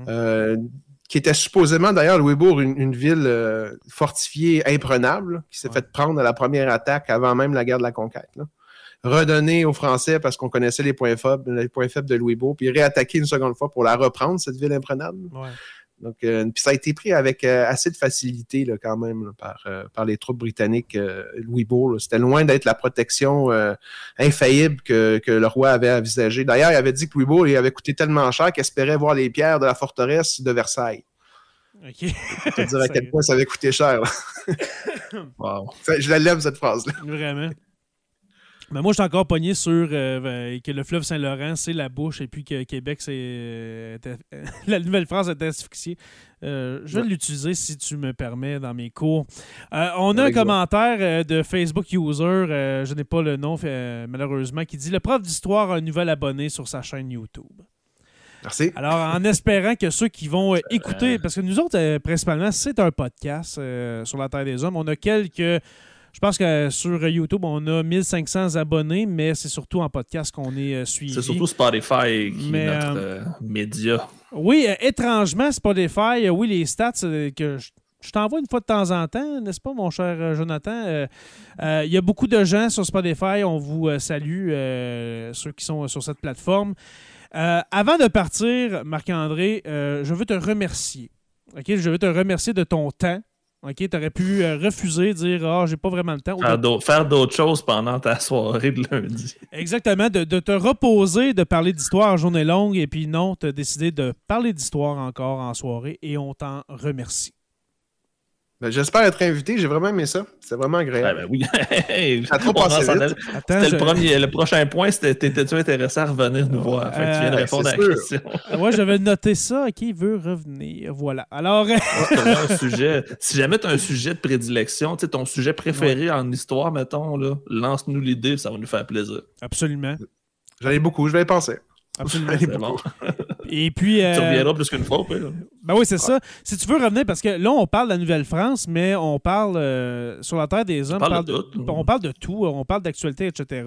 Qui était supposément, d'ailleurs, Louisbourg, une ville fortifiée imprenable, là, qui s'est fait prendre à la première attaque avant même la guerre de la conquête. Là. Redonnée aux Français parce qu'on connaissait les points faibles de Louisbourg, puis réattaquer une seconde fois pour la reprendre, cette ville imprenable. Ouais. Donc, puis ça a été pris avec assez de facilité là, quand même là, par les troupes britanniques. Louisbourg, là. C'était loin d'être la protection infaillible que le roi avait envisagée. D'ailleurs, il avait dit que Louisbourg il avait coûté tellement cher qu'il espérait voir les pierres de la forteresse de Versailles. OK. Je te dire à quel point ça avait coûté cher. Wow. Je la lève, cette phrase-là. Vraiment. Mais moi, je suis encore pogné sur que le fleuve Saint-Laurent, c'est la bouche, et puis que Québec, c'est la Nouvelle-France est asphyxiée. Je vais l'utiliser, si tu me permets, dans mes cours. On a un commentaire de Facebook User, je n'ai pas le nom, malheureusement, qui dit « Le prof d'histoire a un nouvel abonné sur sa chaîne YouTube. » Merci. Alors, en espérant que ceux qui vont écouter, parce que nous autres, principalement, c'est un podcast sur la Terre des Hommes. On a quelques... Je pense que sur YouTube, on a 1500 abonnés, mais c'est surtout en podcast qu'on est suivi. C'est surtout Spotify qui est notre média. Oui, étrangement, Spotify, oui, les stats que je t'envoie une fois de temps en temps, n'est-ce pas, mon cher Jonathan? Il y a beaucoup de gens sur Spotify. On vous salue, ceux qui sont sur cette plateforme. Avant de partir, Marc-André, je veux te remercier. Okay? Je veux te remercier de ton temps. OK, tu aurais pu refuser, dire « Ah, j'ai pas vraiment le temps. » Faire d'autres choses pendant ta soirée de lundi. Exactement, de te reposer, de parler d'histoire en journée longue, et puis non, tu as décidé de parler d'histoire encore en soirée, et on t'en remercie. Ben, j'espère être invité, j'ai vraiment aimé ça. C'était vraiment agréable. Oui. Ça trop passé vite. C'était le prochain point, c'était t'étais-tu intéressé à revenir nous voir? Fait que tu viens de répondre à la question. Ouais, j'avais noté ça. Qui veut revenir? Voilà. Alors. Un sujet. Si jamais tu as un sujet de prédilection, ton sujet préféré en histoire, mettons, là, lance-nous l'idée, ça va nous faire plaisir. Absolument. J'en ai beaucoup, je vais y penser. Absolument. C'est bon. Et puis, tu reviendras plus qu'une fois. Ben oui, c'est ça. Si tu veux revenir, parce que là, on parle de la Nouvelle-France, mais on parle sur la Terre des Hommes. On parle de tout. On parle d'actualité, etc.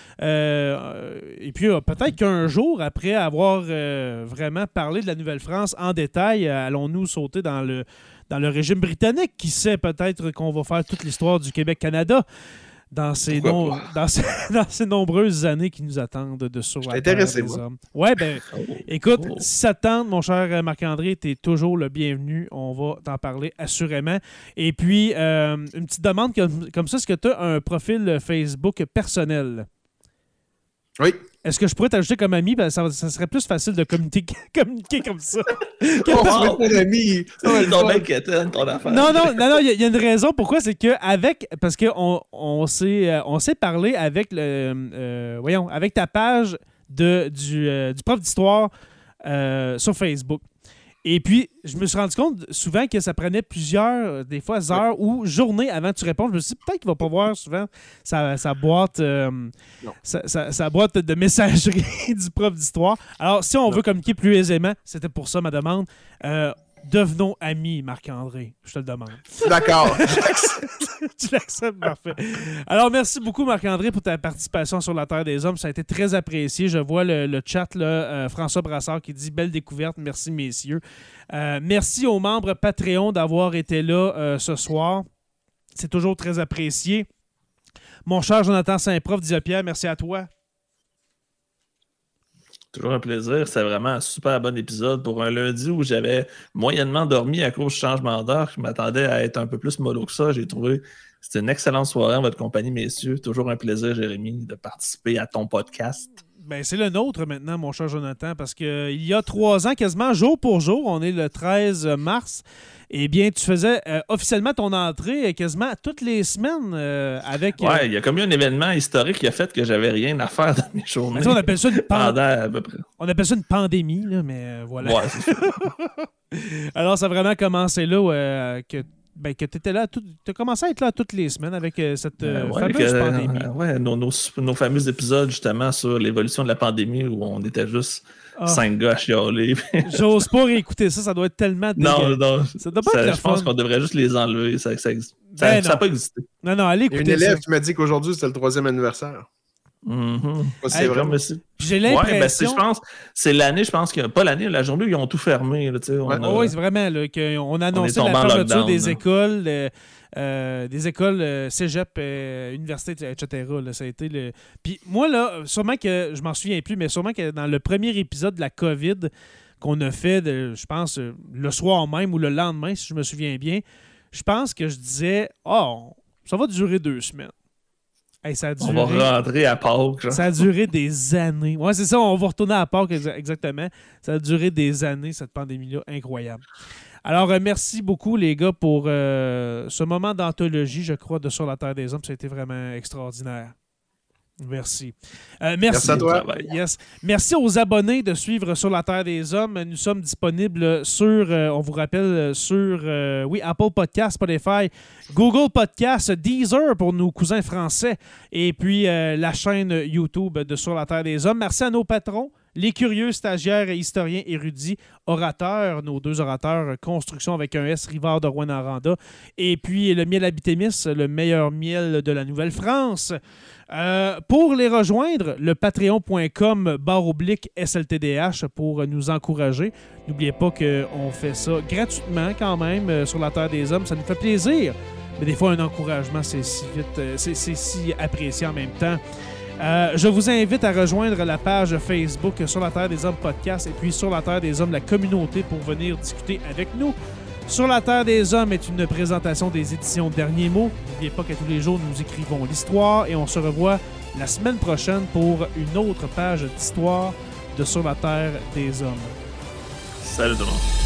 Et puis, peut-être qu'un jour, après avoir vraiment parlé de la Nouvelle-France en détail, allons-nous sauter dans le régime britannique. Qui sait, peut-être qu'on va faire toute l'histoire du Québec-Canada. Dans ces nombreuses années qui nous attendent de sur la Terre des Hommes. Ouais, écoute, si ça te tente, mon cher Marc-André, tu es toujours le bienvenu. On va t'en parler assurément. Et puis, une petite demande comme ça, est-ce que tu as un profil Facebook personnel? Oui. Est-ce que je pourrais t'ajouter comme ami? Ben, ça serait plus facile de communiquer comme ça. Ton ami. Non, il y a une raison pourquoi. C'est que parce qu'on s'est parlé avec avec ta page du prof d'histoire sur Facebook. Et puis, je me suis rendu compte souvent que ça prenait des fois heures ou journées avant que tu répondes. Je me suis dit, peut-être qu'il ne va pas voir souvent sa boîte sa boîte de messagerie du prof d'histoire. Alors, si on veut communiquer plus aisément, c'était pour ça ma demande. Devenons amis, Marc-André. Je te le demande. D'accord. Tu l'acceptes, parfait. Alors, merci beaucoup, Marc-André, pour ta participation sur La Terre des Hommes. Ça a été très apprécié. Je vois le chat, là, François Brassard qui dit « Belle découverte. Merci, messieurs. » Merci aux membres Patreon d'avoir été là ce soir. C'est toujours très apprécié. Mon cher Jonathan Saint-Prof, dit Pierre, merci à toi. Toujours un plaisir. C'était vraiment un super bon épisode pour un lundi où j'avais moyennement dormi à cause du changement d'heure. Je m'attendais à être un peu plus mollo que ça. J'ai trouvé que c'était une excellente soirée en votre compagnie, messieurs. Toujours un plaisir, Jérémy, de participer à ton podcast. Ben, c'est le nôtre maintenant, mon cher Jonathan, parce qu'il y a 3 ans, quasiment jour pour jour, on est le 13 mars, eh bien, tu faisais officiellement ton entrée quasiment toutes les semaines avec... Ouais, il y a comme eu un événement historique qui a fait que j'avais rien à faire dans mes journées. On appelle ça une à peu près. On appelle ça une pandémie, là, mais voilà. Ouais, c'est ça. Alors, ça a vraiment commencé là que tu étais là, tu as commencé à être là toutes les semaines avec cette fameuse pandémie. Ouais, nos fameux épisodes justement sur l'évolution de la pandémie où on était juste 5 gars à chialer. J'ose pas réécouter ça, ça doit être tellement dégueu. Non, ça doit pas être je pense qu'on devrait juste les enlever. Ça n'a pas existé. Non, allez écouter. Il y a une élève qui m'a dit qu'aujourd'hui c'était le 3e anniversaire. Mm-hmm. C'est vrai, merci. J'ai l'impression... je pense c'est l'année, je pense que pas l'année, la journée où ils ont tout fermé. Là, oui, c'est vraiment là, qu'on a annoncé la fermeture des écoles, cégep, université, etc. Là, ça a été Puis moi, là, sûrement que je m'en souviens plus, mais sûrement que dans le premier épisode de la COVID qu'on a fait, je pense, le soir même ou le lendemain, si je me souviens bien, je pense que je disais ça va durer 2 semaines. Hey, on va rentrer à Pâques. Ça a duré des années. Ouais, c'est ça, on va retourner à Pâques, exactement. Ça a duré des années, cette pandémie-là. Incroyable. Alors, merci beaucoup, les gars, pour ce moment d'anthologie, je crois, de Sur la Terre des Hommes. Ça a été vraiment extraordinaire. Merci. Merci à toi. Yes. Merci aux abonnés de suivre Sur la Terre des Hommes. Nous sommes disponibles sur, on vous rappelle, sur Apple Podcasts, Spotify, Google Podcasts, Deezer pour nos cousins français et puis la chaîne YouTube de Sur la Terre des Hommes. Merci à nos patrons, les curieux stagiaires, historiens, érudits, orateurs, nos 2 orateurs, Construction avec un S, Rivard de Rouen-Noranda, et puis le miel Habitémis, le meilleur miel de la Nouvelle-France. Pour les rejoindre, le patreon.com/SLTDH pour nous encourager. N'oubliez pas qu'on fait ça gratuitement quand même sur la Terre des Hommes. Ça nous fait plaisir. Mais des fois, un encouragement, c'est si apprécié en même temps. Je vous invite à rejoindre la page Facebook Sur la Terre des Hommes podcast et puis Sur la Terre des Hommes, la communauté, pour venir discuter avec nous. Sur la Terre des Hommes est une présentation des éditions Derniers Mots. N'oubliez pas qu'à tous les jours, nous écrivons l'histoire et on se revoit la semaine prochaine pour une autre page d'histoire de Sur la Terre des Hommes. Salut tout le monde.